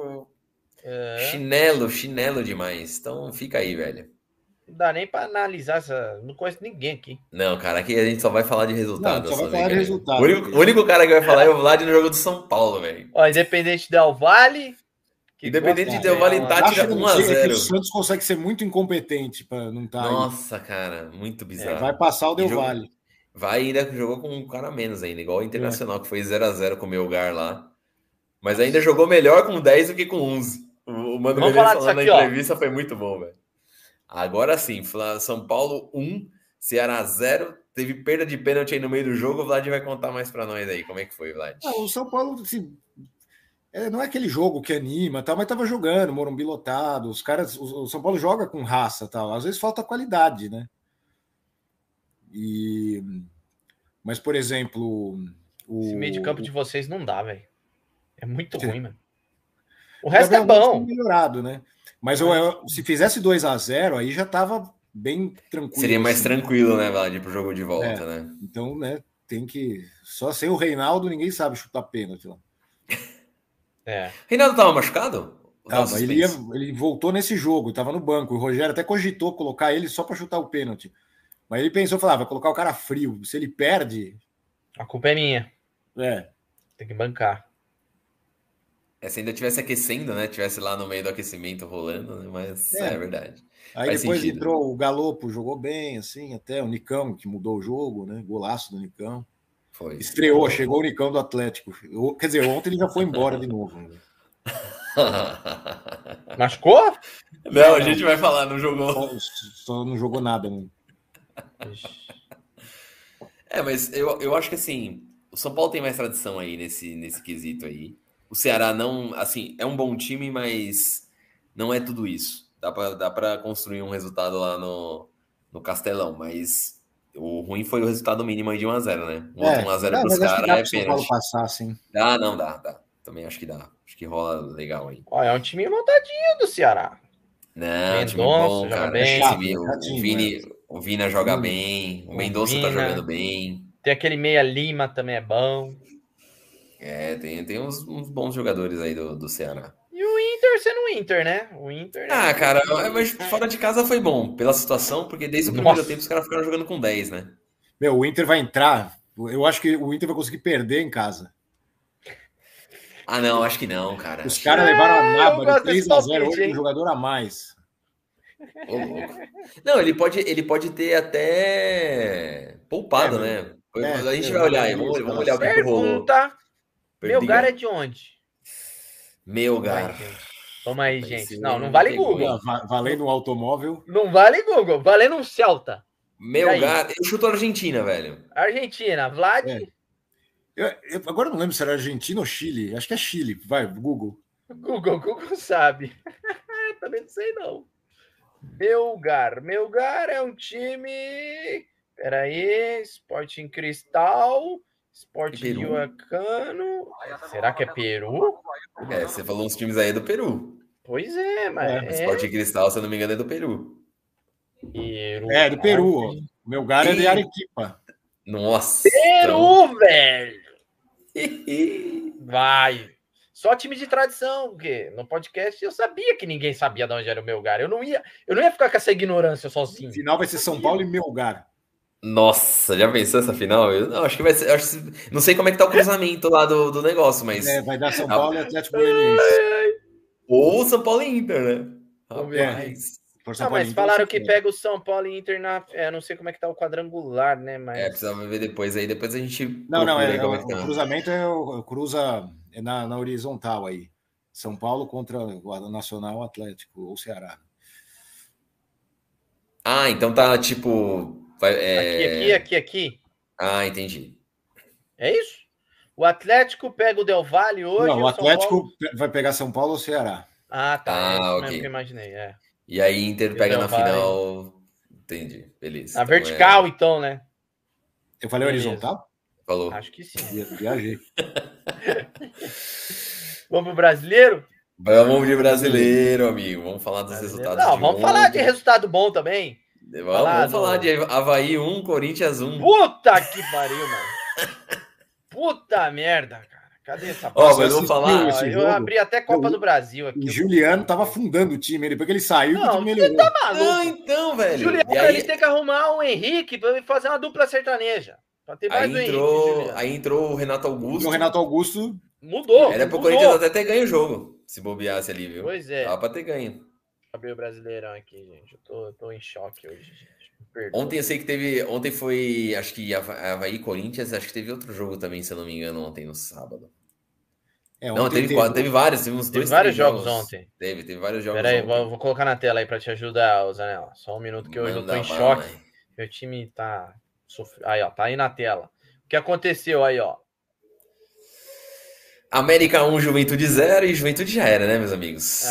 chinelo demais. Então fica aí, velho. Não dá nem pra analisar não conheço ninguém aqui. Não, cara, aqui a gente só vai falar de resultado. Só vai falar de resultado. O único cara que vai falar é o Vlad no jogo do São Paulo, velho. Ó, Independente Del Valle. Independente de Del Valle tira 1-0. O Santos consegue ser muito incompetente para não estar Nossa, cara, muito bizarro. Vai passar o Del Valle. Vai ainda, jogou com um cara a menos ainda, igual o Internacional, que foi 0-0 com o Melgar lá. Mas ainda jogou melhor com 10 do que com 11. O Mano Menezes falando na entrevista foi muito bom, velho. Agora sim, São Paulo 1, Ceará 0. Teve perda de pênalti aí no meio do jogo. O Vlad vai contar mais pra nós aí. Como é que foi, Vlad? O São Paulo, assim, não é aquele jogo que anima, tal, mas tava jogando, Morumbi lotado. Os caras, o São Paulo joga com raça, tal. Às vezes falta qualidade, né? Mas, por exemplo... Esse meio de campo de vocês não dá, velho. É muito ruim, mano. O resto é bom. Melhorado, né? Mas se fizesse 2-0, aí já tava bem tranquilo. Seria mais tranquilo, né, Vlad, pro jogo de volta, né? Então, né, tem que... Só sem o Reinaldo, ninguém sabe chutar pênalti lá. Reinaldo tava machucado? Ele voltou nesse jogo, tava no banco. O Rogério até cogitou colocar ele só para chutar o pênalti. Mas ele pensou, vai colocar o cara frio. Se ele perde... A culpa é minha. Tem que bancar. Se ainda tivesse aquecendo, né? Tivesse lá no meio do aquecimento rolando, né? Mas é verdade. Aí faz depois sentido. Entrou o Galopo, jogou bem, assim, até o Nicão, que mudou o jogo, né? Golaço do Nicão. Foi. Estreou, chegou o Nicão do Atlético. Quer dizer, ontem ele já foi embora de novo. Né? Machucou? Não, a gente vai falar, não jogou. Só não jogou nada, né? Mas eu acho que assim, o São Paulo tem mais tradição aí nesse quesito aí. O Ceará não, assim, é um bom time, mas não é tudo isso. Dá pra construir um resultado lá no Castelão, mas o ruim foi o resultado mínimo aí de 1-0, né? Um outro 1-0 pros caras é pênalti. Paulo passar, sim. Dá. Também acho que dá. Acho que rola legal aí. É um time montadinho do Ceará. Não, time bom, cara. O Vina joga bem. O Mendonça tá jogando bem. Tem aquele Meia Lima também é bom. Tem uns bons jogadores aí do Ceará. E o Inter sendo o Inter, né? O Inter. Cara, mas fora de casa foi bom, pela situação, porque desde o primeiro tempo os caras ficaram jogando com 10, né? O Inter vai entrar. Eu acho que o Inter vai conseguir perder em casa. Não, acho que não, cara. Os caras levaram a naba de 3-0 hoje com um jogador a mais. Ô, louco. Não, ele pode ter até poupado, né? A gente vai olhar aí, vamos olhar o que rolou. Pergunta: Melgar é de onde? Melgar. Toma aí, gente. Não vale Google. Valendo um automóvel. Não vale Google, valendo um Celta. Melgar, eu chuto a Argentina, velho. Argentina, Vlad. Eu agora não lembro se era Argentina ou Chile. Acho que é Chile. Vai, Google. Google sabe. Também não sei, não. Melgar é um time. Peraí. Sporting Cristal. Sporting Huacano. Será que é Peru? Você falou uns times aí do Peru. Pois é, mas. Sporting Cristal, se eu não me engano, é do Peru. Do Peru. O Melgar é de Arequipa. Nossa. Peru, velho. Vai. Só time de tradição, porque no podcast eu sabia que ninguém sabia de onde era o Melgar. Eu não ia ficar com essa ignorância sozinho. No final vai ser São Paulo e Melgar. Nossa, já pensou essa final? Eu acho que vai ser. Não sei como é que tá o cruzamento lá do negócio, mas. Vai dar São Paulo e Atlético Goianiense. Ou São Paulo e Inter, né? Mas falaram que pega o São Paulo e Inter na. Não sei como é que tá o quadrangular, né? Mas... precisava ver depois aí. Depois a gente. O cruzamento cruza na horizontal aí. São Paulo contra o Nacional, Atlético ou Ceará. Então tá tipo. Aqui. Ah, entendi. É isso? O Atlético pega o Del Valle hoje. Não, o Atlético vai pegar São Paulo ou Ceará. Tá. É isso mesmo que eu imaginei. E aí Inter pega na final. Entendi, beleza. Na vertical, então, né? Eu falei horizontal? Falou. Acho que sim. Viajei. Vamos pro brasileiro? Vamos de brasileiro, amigo. Vamos falar dos resultados. Vamos falar de resultado bom também. Vamos falar de Avaí 1, Corinthians 1. Puta que pariu, mano. Puta merda, cara. Cadê essa mas eu vou falar. Eu abri até Copa do Brasil aqui. O Juliano tava afundando o time. Depois que ele saiu, o time melhorou. Você tá maluco? Não, então, velho. Juliano, ele tem que arrumar um Henrique pra fazer uma dupla sertaneja. Pra ter mais aí entrou o Renato Augusto. O Renato Augusto mudou. Era pro Corinthians até ter ganho o jogo, se bobeasse ali, viu? Pois é. Dava pra ter ganho. Acabei o Brasileirão aqui, gente. Eu tô em choque hoje, gente. Ontem eu sei que teve. Ontem foi. Acho que Avaí Corinthians. Acho que teve outro jogo também, se eu não me engano, ontem no sábado. Não, teve vários. Teve uns dois. Teve vários jogos ontem. Teve vários jogos. Peraí, vou colocar na tela aí pra te ajudar, Zanella. Só um minuto que hoje eu tô em choque. Meu time tá. Aí, ó. Tá aí na tela. O que aconteceu aí, ó? América 1, Juventude 0 e Juventude já era, né, meus amigos?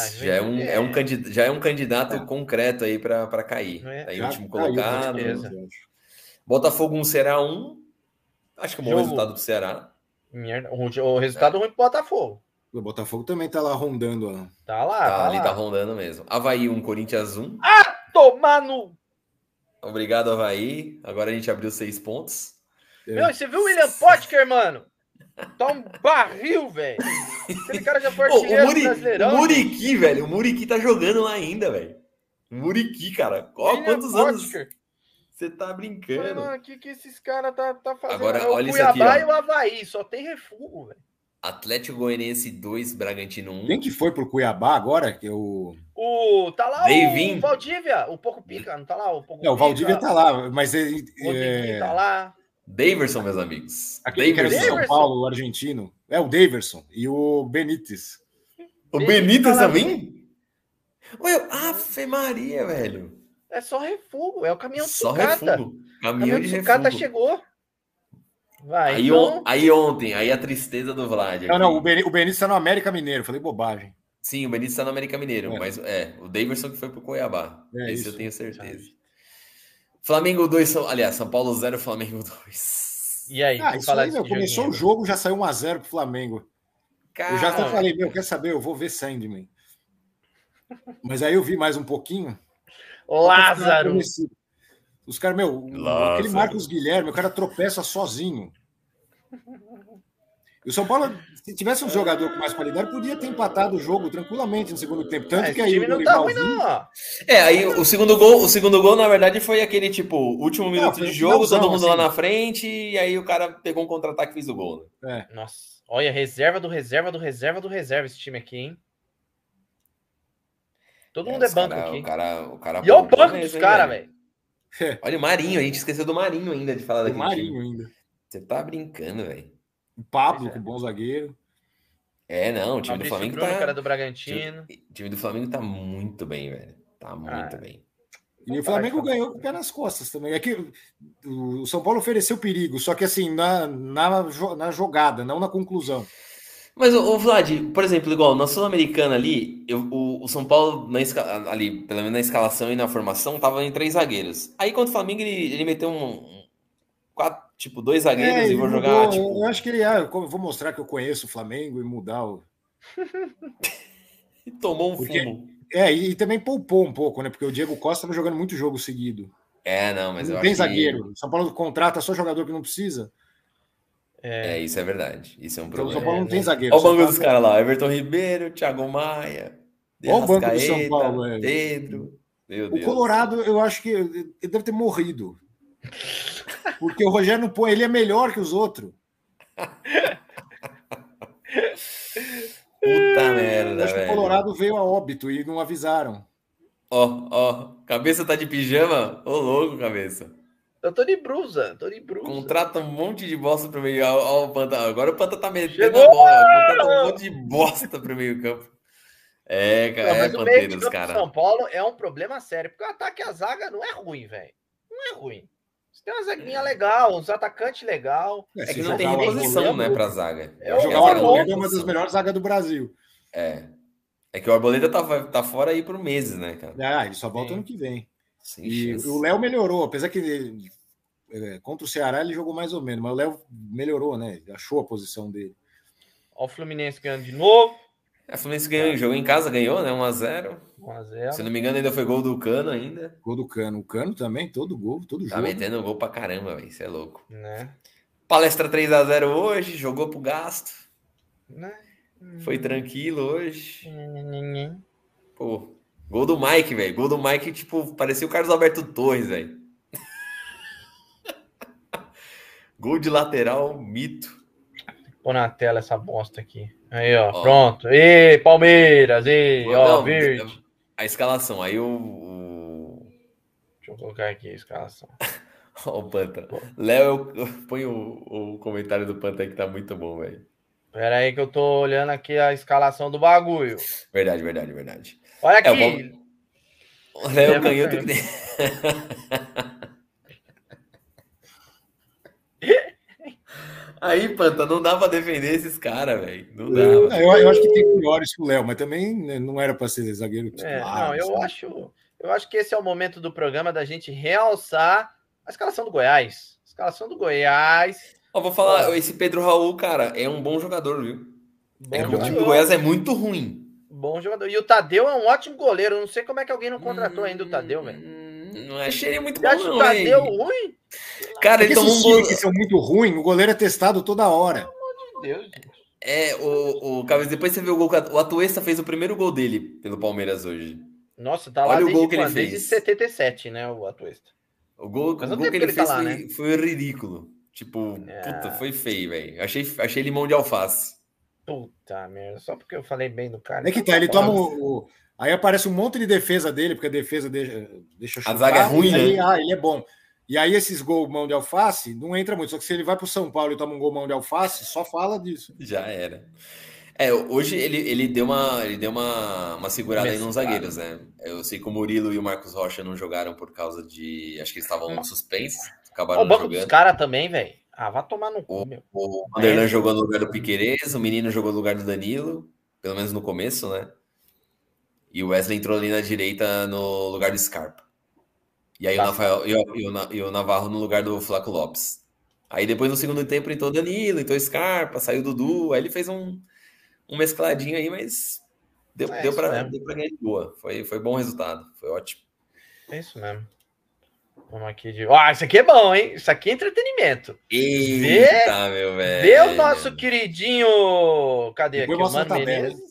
Já é um candidato concreto aí para cair. Tá em último colocado. Botafogo 1, Ceará 1. Acho que é um bom resultado pro Ceará. O resultado ruim pro Botafogo. O Botafogo também tá lá rondando. Tá lá. Ali tá rondando mesmo. Avaí 1, Corinthians 1. Tomar no... Obrigado, Avaí. Agora a gente abriu 6 pontos. Meu, você viu o William Potker, mano? Tá um barril, velho. Aquele cara já foi artilheiro do Brasileirão. O Muriqui, velho. O Muriqui tá jogando lá ainda, velho. O Muriqui, cara. Quantos anos você tá brincando? Mano, o que esses caras tá fazendo? Agora, olha isso aqui, o Cuiabá e o Avaí. Só tem refúgio, velho. Atlético Goianiense 2, Bragantino 1. Quem que foi pro Cuiabá agora? Tá lá o Valdívia. O Pouco Pica, não tá lá? O Valdívia tá lá, mas ele... tá lá. Daverson, meus amigos. Aquele que era de São Paulo, o argentino. O Daverson e o Benítez. O Benítez também? Ave Maria, velho. É só refúgio, é o caminhão de sucata. Caminhão de sucata chegou. Vai, aí ontem, a tristeza do Vlad. Não, o Benítez tá no América Mineiro, falei bobagem. Sim, o Benítez tá no América Mineiro, mas o Daverson que foi pro Cuiabá. Esse eu tenho certeza. Flamengo 2, aliás, São Paulo 0, Flamengo 2. E aí? Isso aí, começou o jogo, já saiu 1-0 pro Flamengo. Eu já até falei, quer saber? Eu vou ver Sandman. Mas aí eu vi mais um pouquinho. Lázaro! Os caras, aquele Marcos Guilherme, o cara tropeça sozinho. E o São Paulo, se tivesse um jogador com mais qualidade, podia ter empatado o jogo tranquilamente no segundo tempo. Tanto que aí o não tá ruim, não. Aí o segundo gol, na verdade, foi aquele tipo, último minuto de jogo, todo mundo lá na frente, e aí o cara pegou um contra-ataque e fez o gol. Né? Nossa, olha, reserva esse time aqui, hein? Todo mundo é banco aqui. O cara e olha o banco dos caras, velho. Olha o Marinho, a gente esqueceu do Marinho ainda de falar daquele Marinho time. ainda. Você tá brincando, velho. O Pablo, com bom zagueiro. Não, o time do Flamengo Bruno, cara do Bragantino. O time do Flamengo tá muito bem, velho. Tá muito bem. E o Flamengo ganhou com o pé nas costas também. É que o São Paulo ofereceu perigo, só que assim, na jogada, não na conclusão. Mas o Vlad, por exemplo, igual na Sul-Americana ali, o São Paulo, ali, pelo menos na escalação e na formação, tava em 3 zagueiros. Aí contra o Flamengo, ele meteu dois zagueiros e vou jogar. Eu acho que ele vou mostrar que eu conheço o Flamengo e mudar o. E tomou fumo. E também poupou um pouco, né? Porque o Diego Costa estava jogando muito jogo seguido. Mas não tem zagueiro. O São Paulo contrata só jogador que não precisa. Isso é verdade. Isso é um problema. O São Paulo não tem zagueiro. Olha o banco dos caras lá. Everton Ribeiro, Thiago Maia. Olha o banco do São Paulo. Pedro. Meu Deus. O Colorado, eu acho que ele deve ter morrido. Porque o Rogério não põe. Ele é melhor que os outros. Puta merda, acho que o Colorado veio a óbito e não avisaram. Cabeça tá de pijama? Ô, louco, cabeça. Eu tô de brusa. Contrata um monte de bosta pro meio. Ó, o Panta. Agora o Panta tá metendo a bola. Contrata um monte de bosta pro meio campo. Mas o meio de campo do São Paulo é um problema sério. Porque o ataque e a zaga não é ruim, velho. Não é ruim. Você tem uma zaguinha legal, uns atacantes legal. É que não tem reposição, né, pra zaga. Jogar o Arboleda é uma das melhores zagas do Brasil. É que o Arboleda tá fora aí por meses, né, cara? Ele só volta ano que vem. E o Léo melhorou, apesar que contra o Ceará ele jogou mais ou menos, mas o Léo melhorou, né? Achou a posição dele. Ó, o Fluminense ganhando de novo. O Fluminense ganhou, jogou em casa, ganhou, né? 1-0. 1-0. Se não me engano, ainda foi gol do Cano ainda. Gol do Cano. O Cano também, todo gol, todo jogo. Tá metendo gol pra caramba, velho. Isso é louco. Né? Palestra 3-0 hoje, jogou pro gasto. Foi tranquilo hoje. Pô, gol do Mike, velho. Gol do Mike, tipo, parecia o Carlos Alberto Torres, velho. Gol de lateral, mito. Pôr na tela essa bosta aqui. Aí, ó. Pronto. Ê, Palmeiras. Verde. A escalação. Aí Deixa eu colocar aqui a escalação. Ó, o Panta. Léo, põe o comentário do Panta aí que tá muito bom, velho. Pera aí que eu tô olhando aqui a escalação do bagulho. Verdade. Olha aqui. O Léo canhoto que tem. Aí, Panta, não dá pra defender esses caras, velho. Não dá. Eu acho que tem piores que o Léo, mas também não era pra ser zagueiro titular. Eu acho que esse é o momento do programa da gente realçar a escalação do Goiás. Vou falar, esse Pedro Raul, cara, é um bom jogador, viu? O time do Goiás é muito ruim. Bom jogador. E o Tadeu é um ótimo goleiro. Eu não sei como é que alguém não contratou ainda o Tadeu, velho. Não achei ele muito bom, não. O Tadeu ruim? Cara, ele tomou um gol. Que são muito ruins, o goleiro é testado toda hora. Pelo amor de Deus, gente. O Cabeça, depois você vê o gol. O Atuesta fez o primeiro gol dele pelo Palmeiras hoje. Nossa, tá lá. Olha o gol que ele fez. Desde 77, né, o Atuesta. O gol que ele fez tá lá, foi ridículo. Tipo, puta, foi feio, velho. Achei limão de alface. Puta merda, só porque eu falei bem do cara. É que tá, ele toma aí aparece um monte de defesa dele, porque a defesa deixa chutar. A zaga é ruim, aí, né? Ele é bom. E aí esses gols mão de alface não entra muito. Só que se ele vai pro São Paulo e toma um gol mão de alface, só fala disso. Já era. Hoje ele deu uma segurada aí nos zagueiros, né? Eu sei que o Murilo e o Marcos Rocha não jogaram por causa de... Acho que eles estavam suspensos. Acabaram o banco dos caras também, velho. Vai tomar no cu, meu. O Vanderlan jogou no lugar do Piquerez, o menino jogou no lugar do Danilo, pelo menos no começo, né? E o Wesley entrou ali na direita no lugar do Scarpa. E aí o Navarro no lugar do Flaco Lopes. Aí depois no segundo tempo entrou o Danilo, entrou o Scarpa, saiu o Dudu, aí ele fez um mescladinho aí, mas deu pra ganhar de boa. Foi bom resultado, foi ótimo. É isso mesmo. Vamos aqui de... isso aqui é bom, hein? Isso aqui é entretenimento. Eita, meu velho. Vê o nosso queridinho... Cadê aqui? O Mano Menezes.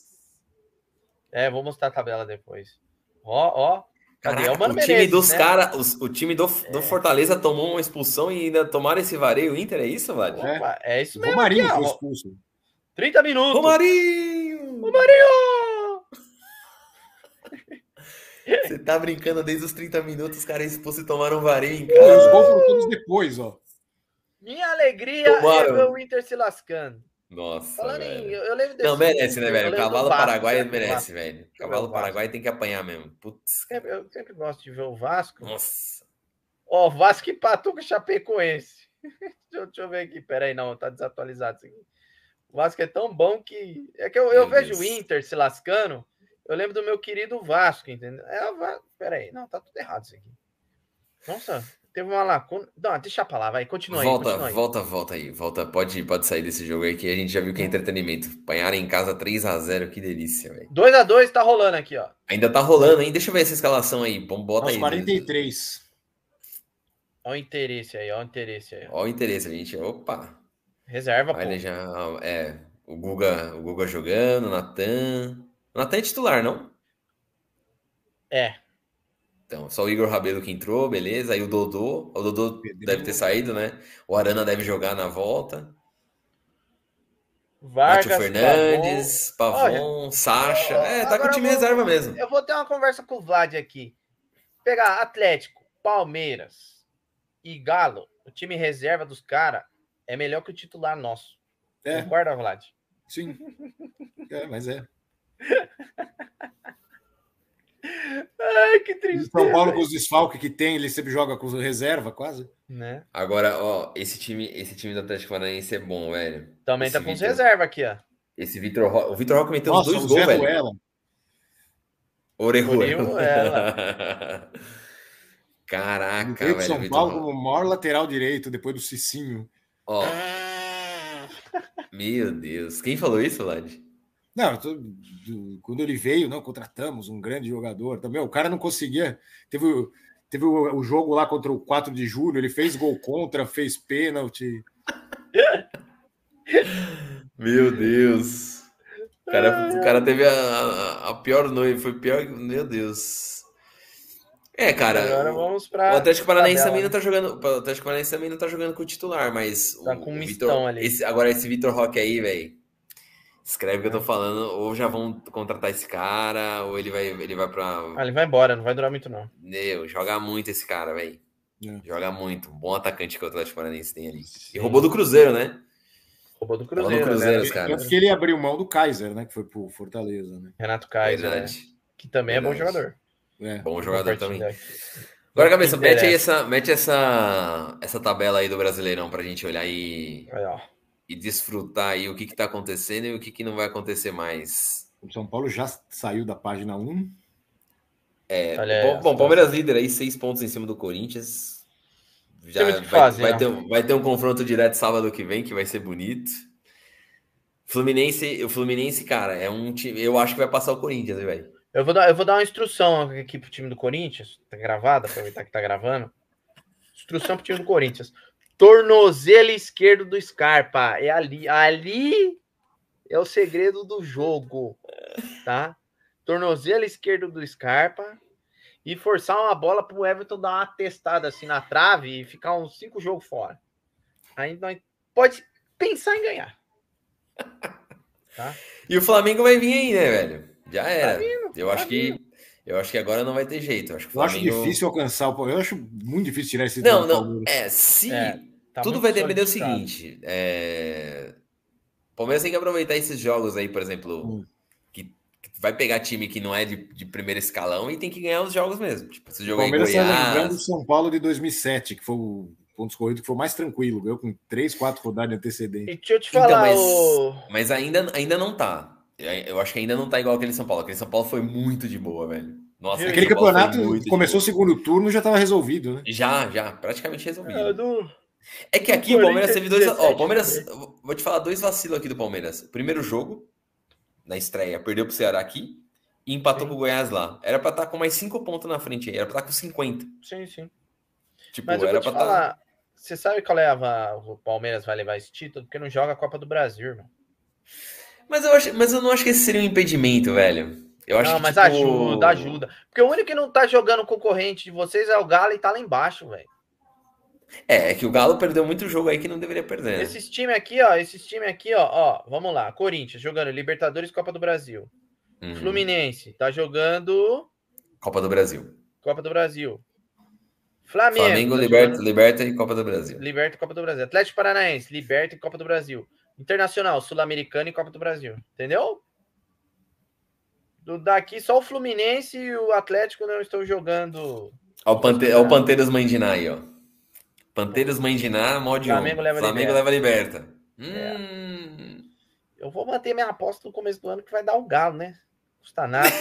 Vou mostrar a tabela depois. Ó. Cadê? Caraca, o Mano time Menezes, dos né? caras... O time do Fortaleza tomou uma expulsão e ainda tomaram esse vareio. O Inter, é isso, Vlad? É isso mesmo. O Marinho foi expulso. 30 minutos. O Marinho! Você tá brincando desde os 30 minutos, os caras expulsos e tomaram vareio em casa. Os gols foram todos depois, ó. Minha alegria é ver o Inter se lascando. Nossa, falando velho. eu lembro desse Não, merece, né, velho? O cavalo Vasco, paraguai merece, velho. O cavalo paraguai tem que apanhar mesmo. Putz. Eu sempre gosto de ver o Vasco. Nossa. Ó, o Vasco empatou com o Chapecoense. deixa eu ver aqui. Pera aí, não, tá desatualizado isso aqui. O Vasco é tão bom que... É que eu vejo o Inter se lascando, eu lembro do meu querido Vasco, entendeu? Pera aí, não, tá tudo errado isso aqui. Nossa, teve uma lacuna. Não, deixa pra lá, vai, continua aí. Volta aí. Pode sair desse jogo aí, que a gente já viu que é entretenimento. Apanharam em casa 3-0, que delícia, velho. 2-2 tá rolando aqui, ó. Ainda tá rolando, hein? Deixa eu ver essa escalação aí. Bota aí. 43. Olha o interesse aí. Olha o interesse, gente. Opa. Reserva, pô. Olha, já... o Guga jogando, o Natan é titular, não? É. Então, só o Igor Rabelo que entrou, beleza. Aí o Dodô deve ter saído, né? O Arana deve jogar na volta. Vargas, Mátio Fernandes, Pavon, Sacha. Tá com o time reserva mesmo. Eu vou ter uma conversa com o Vlad aqui. Pegar Atlético, Palmeiras e Galo, o time reserva dos caras é melhor que o titular nosso. Concorda, Vlad? Sim. Mas é. Ai, que tristeza. São Paulo, com os desfalques que tem, ele sempre joga com reserva, quase. Né? Agora, ó, esse time do Atlético Paranaense é bom, velho. Também tá com os reserva aqui, ó. Esse Vitor Roque. O Vitor Roque meteu os 2 gols, velho. Orejuela. Caraca, velho. São Paulo como o maior lateral direito, depois do Cicinho. Ó. Meu Deus. Quem falou isso, Vlad? Não, quando ele veio, não, contratamos um grande jogador. Também o cara não conseguia. Teve o jogo lá contra o 4 de julho, ele fez gol contra, fez pênalti. Meu Deus. O cara teve a pior noite, foi pior. Meu Deus. Cara. Agora vamos pra o Atlético Paranaense também não tá jogando. O Atlético Paranaense também não tá jogando com o titular, mas tá com um mistão ali. Esse Vitor Roque aí, velho. Escreve o que eu tô falando, ou já vão contratar esse cara, ou ele vai pra... ele vai embora, não vai durar muito, não. Joga muito esse cara, velho. Joga muito. Bom atacante que o Atlético Paranaense tem ali. Sim. E roubou do Cruzeiro, né? Roubou do Cruzeiro, né? Cara. Tanto que ele abriu mão do Kaiser, né? Que foi pro Fortaleza, né? Renato Kaiser, né? Que também é bom jogador. Bom jogador também. Agora, cabeça, mete aí essa tabela aí do Brasileirão pra gente olhar e desfrutar aí o que tá acontecendo e o que não vai acontecer mais. O São Paulo já saiu da página 1. Bom, Palmeiras líder aí, 6 pontos em cima do Corinthians. Já vai ter um confronto direto sábado que vem, que vai ser bonito. O Fluminense, cara, é um time. Eu acho que vai passar o Corinthians, velho. Eu vou dar uma instrução aqui pro time do Corinthians. Tá gravada, aproveitar que tá gravando. Instrução pro time do Corinthians. Tornozelo esquerdo do Scarpa. É ali. Ali é o segredo do jogo. Tá? Tornozelo esquerdo do Scarpa. E forçar uma bola pro Everton dar uma testada assim na trave e ficar uns 5 jogos fora. Aí nós pode pensar em ganhar. Tá? E o Flamengo vai vir aí, né, velho? Já era. Eu acho que agora não vai ter jeito. Eu acho difícil alcançar o... Eu acho muito difícil tirar esse... Não. Tá tudo vai depender do seguinte. O Palmeiras tem que aproveitar esses jogos aí, por exemplo, que vai pegar time que não é de primeiro escalão e tem que ganhar os jogos mesmo. Tipo, esse jogo o Palmeiras está lembrando do São Paulo de 2007, que foi o pontos corridos que foi mais tranquilo. Ganhou com 3, 4 rodadas de antecedente. E deixa eu te falar... Mas ainda não tá. Eu acho que ainda não tá igual aquele São Paulo. Aquele São Paulo foi muito de boa, velho. Nossa, aquele campeonato começou o segundo turno e já estava resolvido, né? Já, praticamente resolvido. É que aqui o Palmeiras teve 2... o Palmeiras... Vou te falar 2 vacilos aqui do Palmeiras. O primeiro jogo, na estreia, perdeu pro Ceará aqui e empatou com o Goiás lá. Era pra estar com mais 5 pontos na frente aí. Era pra estar com 50. Sim. Tipo, mas eu vou te falar... Você sabe qual é o Palmeiras vai levar esse título? Porque não joga a Copa do Brasil, irmão. Mas eu não acho que esse seria um impedimento, velho. Eu acho que, mas ajuda. Porque o único que não tá jogando concorrente de vocês é o Galo e tá lá embaixo, velho. É que o Galo perdeu muito jogo aí que não deveria perder. Né? Esses times aqui, ó, vamos lá. Corinthians jogando Libertadores, Copa do Brasil. Fluminense tá jogando Copa do Brasil. Copa do Brasil. Flamengo. Flamengo, Liberta e Copa do Brasil. Liberta e Copa do Brasil. Atlético Paranaense, Liberta e Copa do Brasil. Internacional, Sul-Americana e Copa do Brasil. Entendeu? Daqui só o Fluminense e o Atlético não estão jogando. Olha o Panteiras Mandiná aí, ó. Panteiras Mandiná, mod Flamengo leva Liberta. Eu vou manter minha aposta no começo do ano que vai dar o Galo, né? Não custa nada.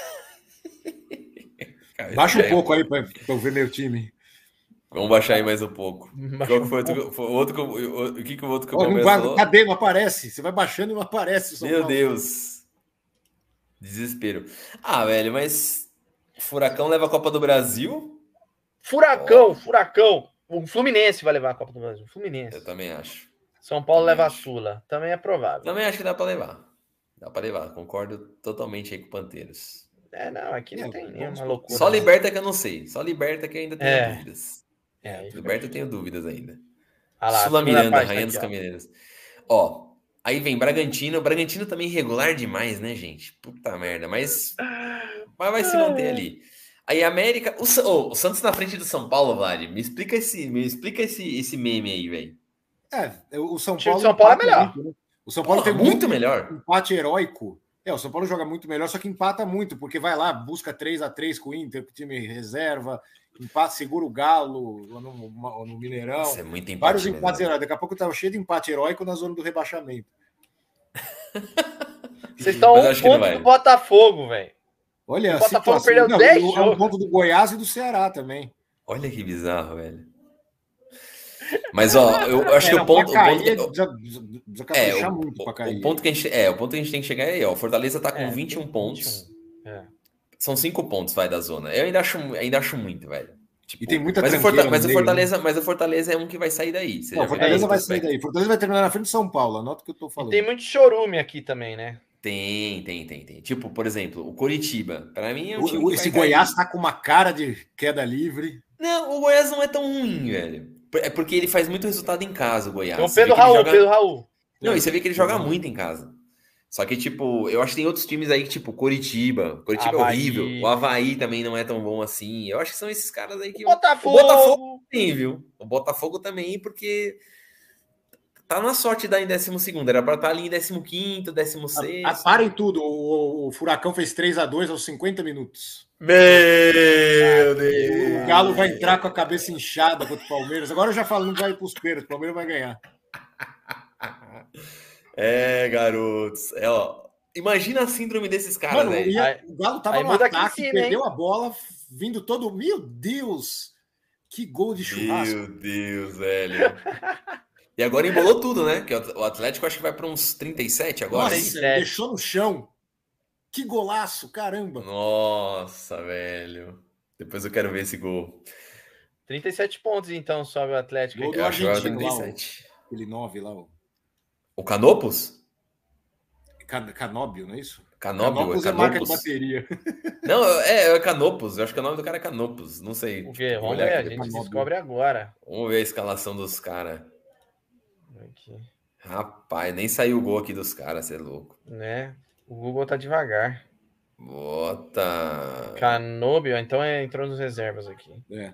Baixa um pouco aí para eu ver meu time. Vamos baixar aí mais um pouco. Qual que foi o outro? O que o outro que eu falou? Cadê? Não aparece. Você vai baixando e não aparece. Meu Deus. Desespero. Velho, mas Furacão leva a Copa do Brasil? Furacão. O Fluminense vai levar a Copa do Brasil. Fluminense. Eu também acho. São Paulo leva a Sula. Também é provável. Também acho que dá para levar. Concordo totalmente aí com o Panteiros. Não, aqui não tem nenhuma loucura. Só Liberta que eu não sei. Só Liberta que ainda tenho dúvidas. Liberta eu tenho dúvidas ainda. Sula Miranda, Rainha dos Caminhoneiros. Aí vem Bragantino. Bragantino também irregular demais, né, gente? Puta merda. Mas vai se manter ali. Aí América... O Santos na frente do São Paulo, Vlad. Me explica esse meme aí, velho. O São Paulo é melhor. Muito, né? O São Paulo tem muito melhor. Empate heróico. O São Paulo joga muito melhor, só que empata muito, porque vai lá, busca 3-3 com o Inter, com o time reserva, empate, segura o Galo no Mineirão. Isso é muito empate. Vários empates heróicos. Daqui a pouco tá cheio de empate heróico na zona do rebaixamento. Vocês estão a um ponto do Botafogo, velho. Olha, o Botafogo perdeu 10 jogos. Um ponto do Goiás e do Ceará também. Olha que bizarro, velho. Mas, eu acho que o ponto que a gente tem que chegar é aí, ó. O Fortaleza tá com 21 pontos. São 5 pontos, vai, da zona. Eu ainda acho muito, velho. Tipo, e tem muita mas o Fortaleza é um que vai sair daí. O Fortaleza vai sair daí. O Fortaleza vai terminar na frente de São Paulo, anota o que eu tô falando. E tem muito chorume aqui também, né? Tem. Tipo, por exemplo, o Coritiba. Pra mim é um time esse Goiás tá com uma cara de queda livre. Não, o Goiás não é tão ruim, velho. É porque ele faz muito resultado em casa, o Goiás. Então, Pedro Raul. Não, e você vê que ele joga muito em casa. Só que, tipo, eu acho que tem outros times aí que, tipo, Coritiba é horrível. O Avaí também não é tão bom assim. Eu acho que são esses caras aí que... O Botafogo também, viu? O Botafogo também, porque tá na sorte de dar em 12º. Era pra estar ali em 15º, 16º. Parem tudo. O Furacão fez 3-2 aos 50 minutos. Meu Deus! O Galo vai entrar com a cabeça inchada contra o Palmeiras. Agora eu já falo, não vai pros pênaltis. O Palmeiras vai ganhar. Garotos. Imagina a síndrome desses caras, velho. O Galo tava no ataque, perdeu a bola, vindo todo... Meu Deus! Que gol de churrasco. Meu Deus, velho. E agora embolou tudo, né? Que o Atlético acho que vai para uns 37 agora. Nossa, deixou no chão. Que golaço, caramba. Nossa, velho. Depois eu quero ver esse gol. 37 pontos, então, sobe o Atlético. Gol do Argentino, 37. Aquele 9 lá. O Canopus? Canóbio, não é isso? Canopus é marca de bateria. Não, é Canopus. Eu acho que o nome do cara é Canopus. Não sei. O quê? Vamos ver, a gente descobre agora. Vamos ver a escalação dos caras. Rapaz, nem saiu o gol aqui dos caras, você é louco. Né? O Google tá devagar. Bota. Canóbio, então entrou nos reservas aqui.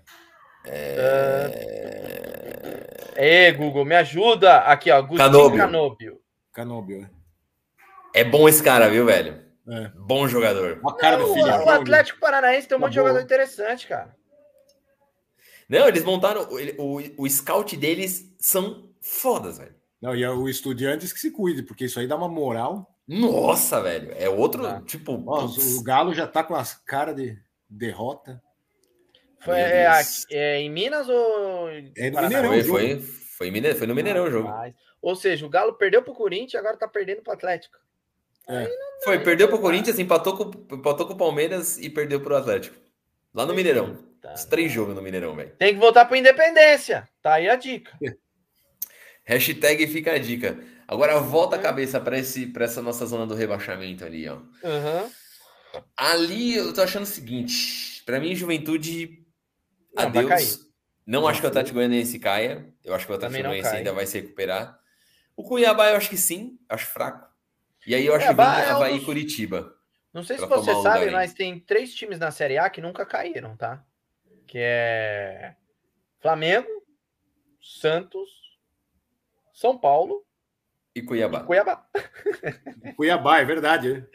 Google, me ajuda. Aqui, ó. Canóbio. É bom esse cara, viu, velho? Bom jogador. A cara do filho. O Atlético Paranaense tem um monte de jogador interessante, cara. Não, eles montaram... O scout deles são fodas, velho. Não, e o Estudiantes que se cuide, porque isso aí dá uma moral. Nossa, velho. É outro, tipo... O Galo já tá com as caras de derrota. Foi em Minas ou... É no Mineirão. Foi no Mineirão o jogo. Ou seja, o Galo perdeu pro Corinthians e agora tá perdendo pro Atlético. Perdeu pro Corinthians, empatou com o Palmeiras e perdeu pro Atlético. Lá no Mineirão. Os 3 jogos no Mineirão, velho. Tem que voltar pro Independência. Tá aí a dica. Hashtag fica a dica. Agora volta a cabeça para essa nossa zona do rebaixamento ali, ó. Ali eu tô achando o seguinte. Para mim, Juventude... Adeus. Não acho que o Atlético Goianiense caia. Eu acho que o Atlético Goianiense ainda vai se recuperar. O Cuiabá eu acho que sim. Acho fraco. E aí eu acho que vem Avaí e Curitiba. Não sei se você sabe, mas tem 3 times na Série A que nunca caíram, tá? Que é Flamengo, Santos, São Paulo e Cuiabá. Cuiabá, é verdade.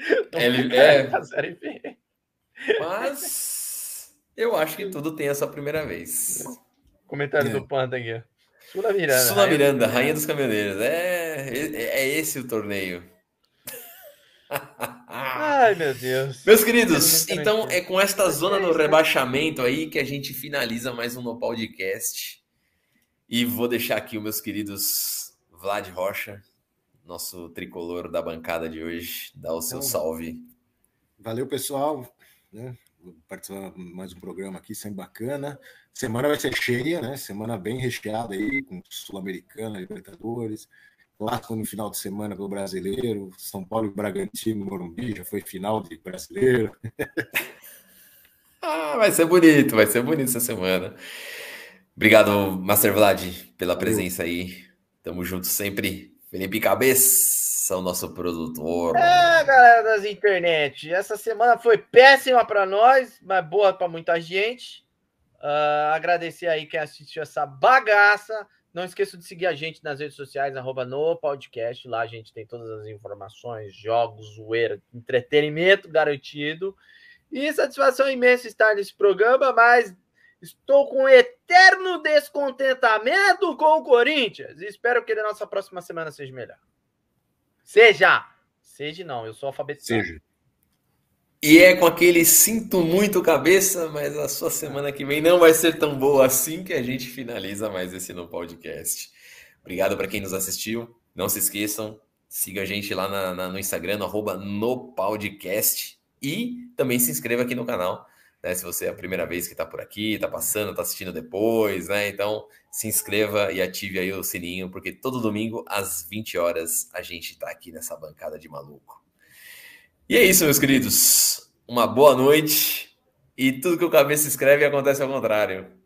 Mas eu acho que tudo tem essa primeira vez. Comentário do Panta aqui. Sula Miranda, Rainha dos Caminhoneiros. É esse o torneio. Ai, meu Deus. Meus queridos, então é com esta zona do rebaixamento aí que a gente finaliza mais um No Podcast. E vou deixar aqui os meus queridos Vlad Rocha, nosso tricolor da bancada de hoje, dar o seu salve. Valeu, pessoal. Vou participar de mais um programa aqui, sempre bacana. Semana vai ser cheia, né? Semana bem recheada aí, com Sul-Americana, Libertadores. Clássico no final de semana pelo Brasileiro. São Paulo e Bragantino, Morumbi, já foi final de Brasileiro. Vai ser bonito essa semana. Obrigado, Master Vlad, pela presença aí. Tamo junto sempre. Felipe Cabeça, o nosso produtor. Galera das internet, essa semana foi péssima para nós, mas boa para muita gente. Agradecer aí quem assistiu essa bagaça. Não esqueça de seguir a gente nas redes sociais, @NoPodcast. Lá a gente tem todas as informações, jogos, zoeira, entretenimento garantido. E satisfação imensa estar nesse programa, mas estou com eterno descontentamento com o Corinthians. E espero que a nossa próxima semana seja melhor. Seja não, eu sou alfabetizado. Seja. E é com aquele sinto muito cabeça, mas a sua semana que vem não vai ser tão boa assim que a gente finaliza mais esse No Podcast. Obrigado para quem nos assistiu. Não se esqueçam, siga a gente lá no Instagram, @NoPodcast. E também se inscreva aqui no canal, né? Se você é a primeira vez que está por aqui, está passando, está assistindo depois, né? Então se inscreva e ative aí o sininho, porque todo domingo às 20 horas a gente está aqui nessa bancada de maluco. E é isso, meus queridos. Uma boa noite. E tudo que o cabeça escreve acontece ao contrário.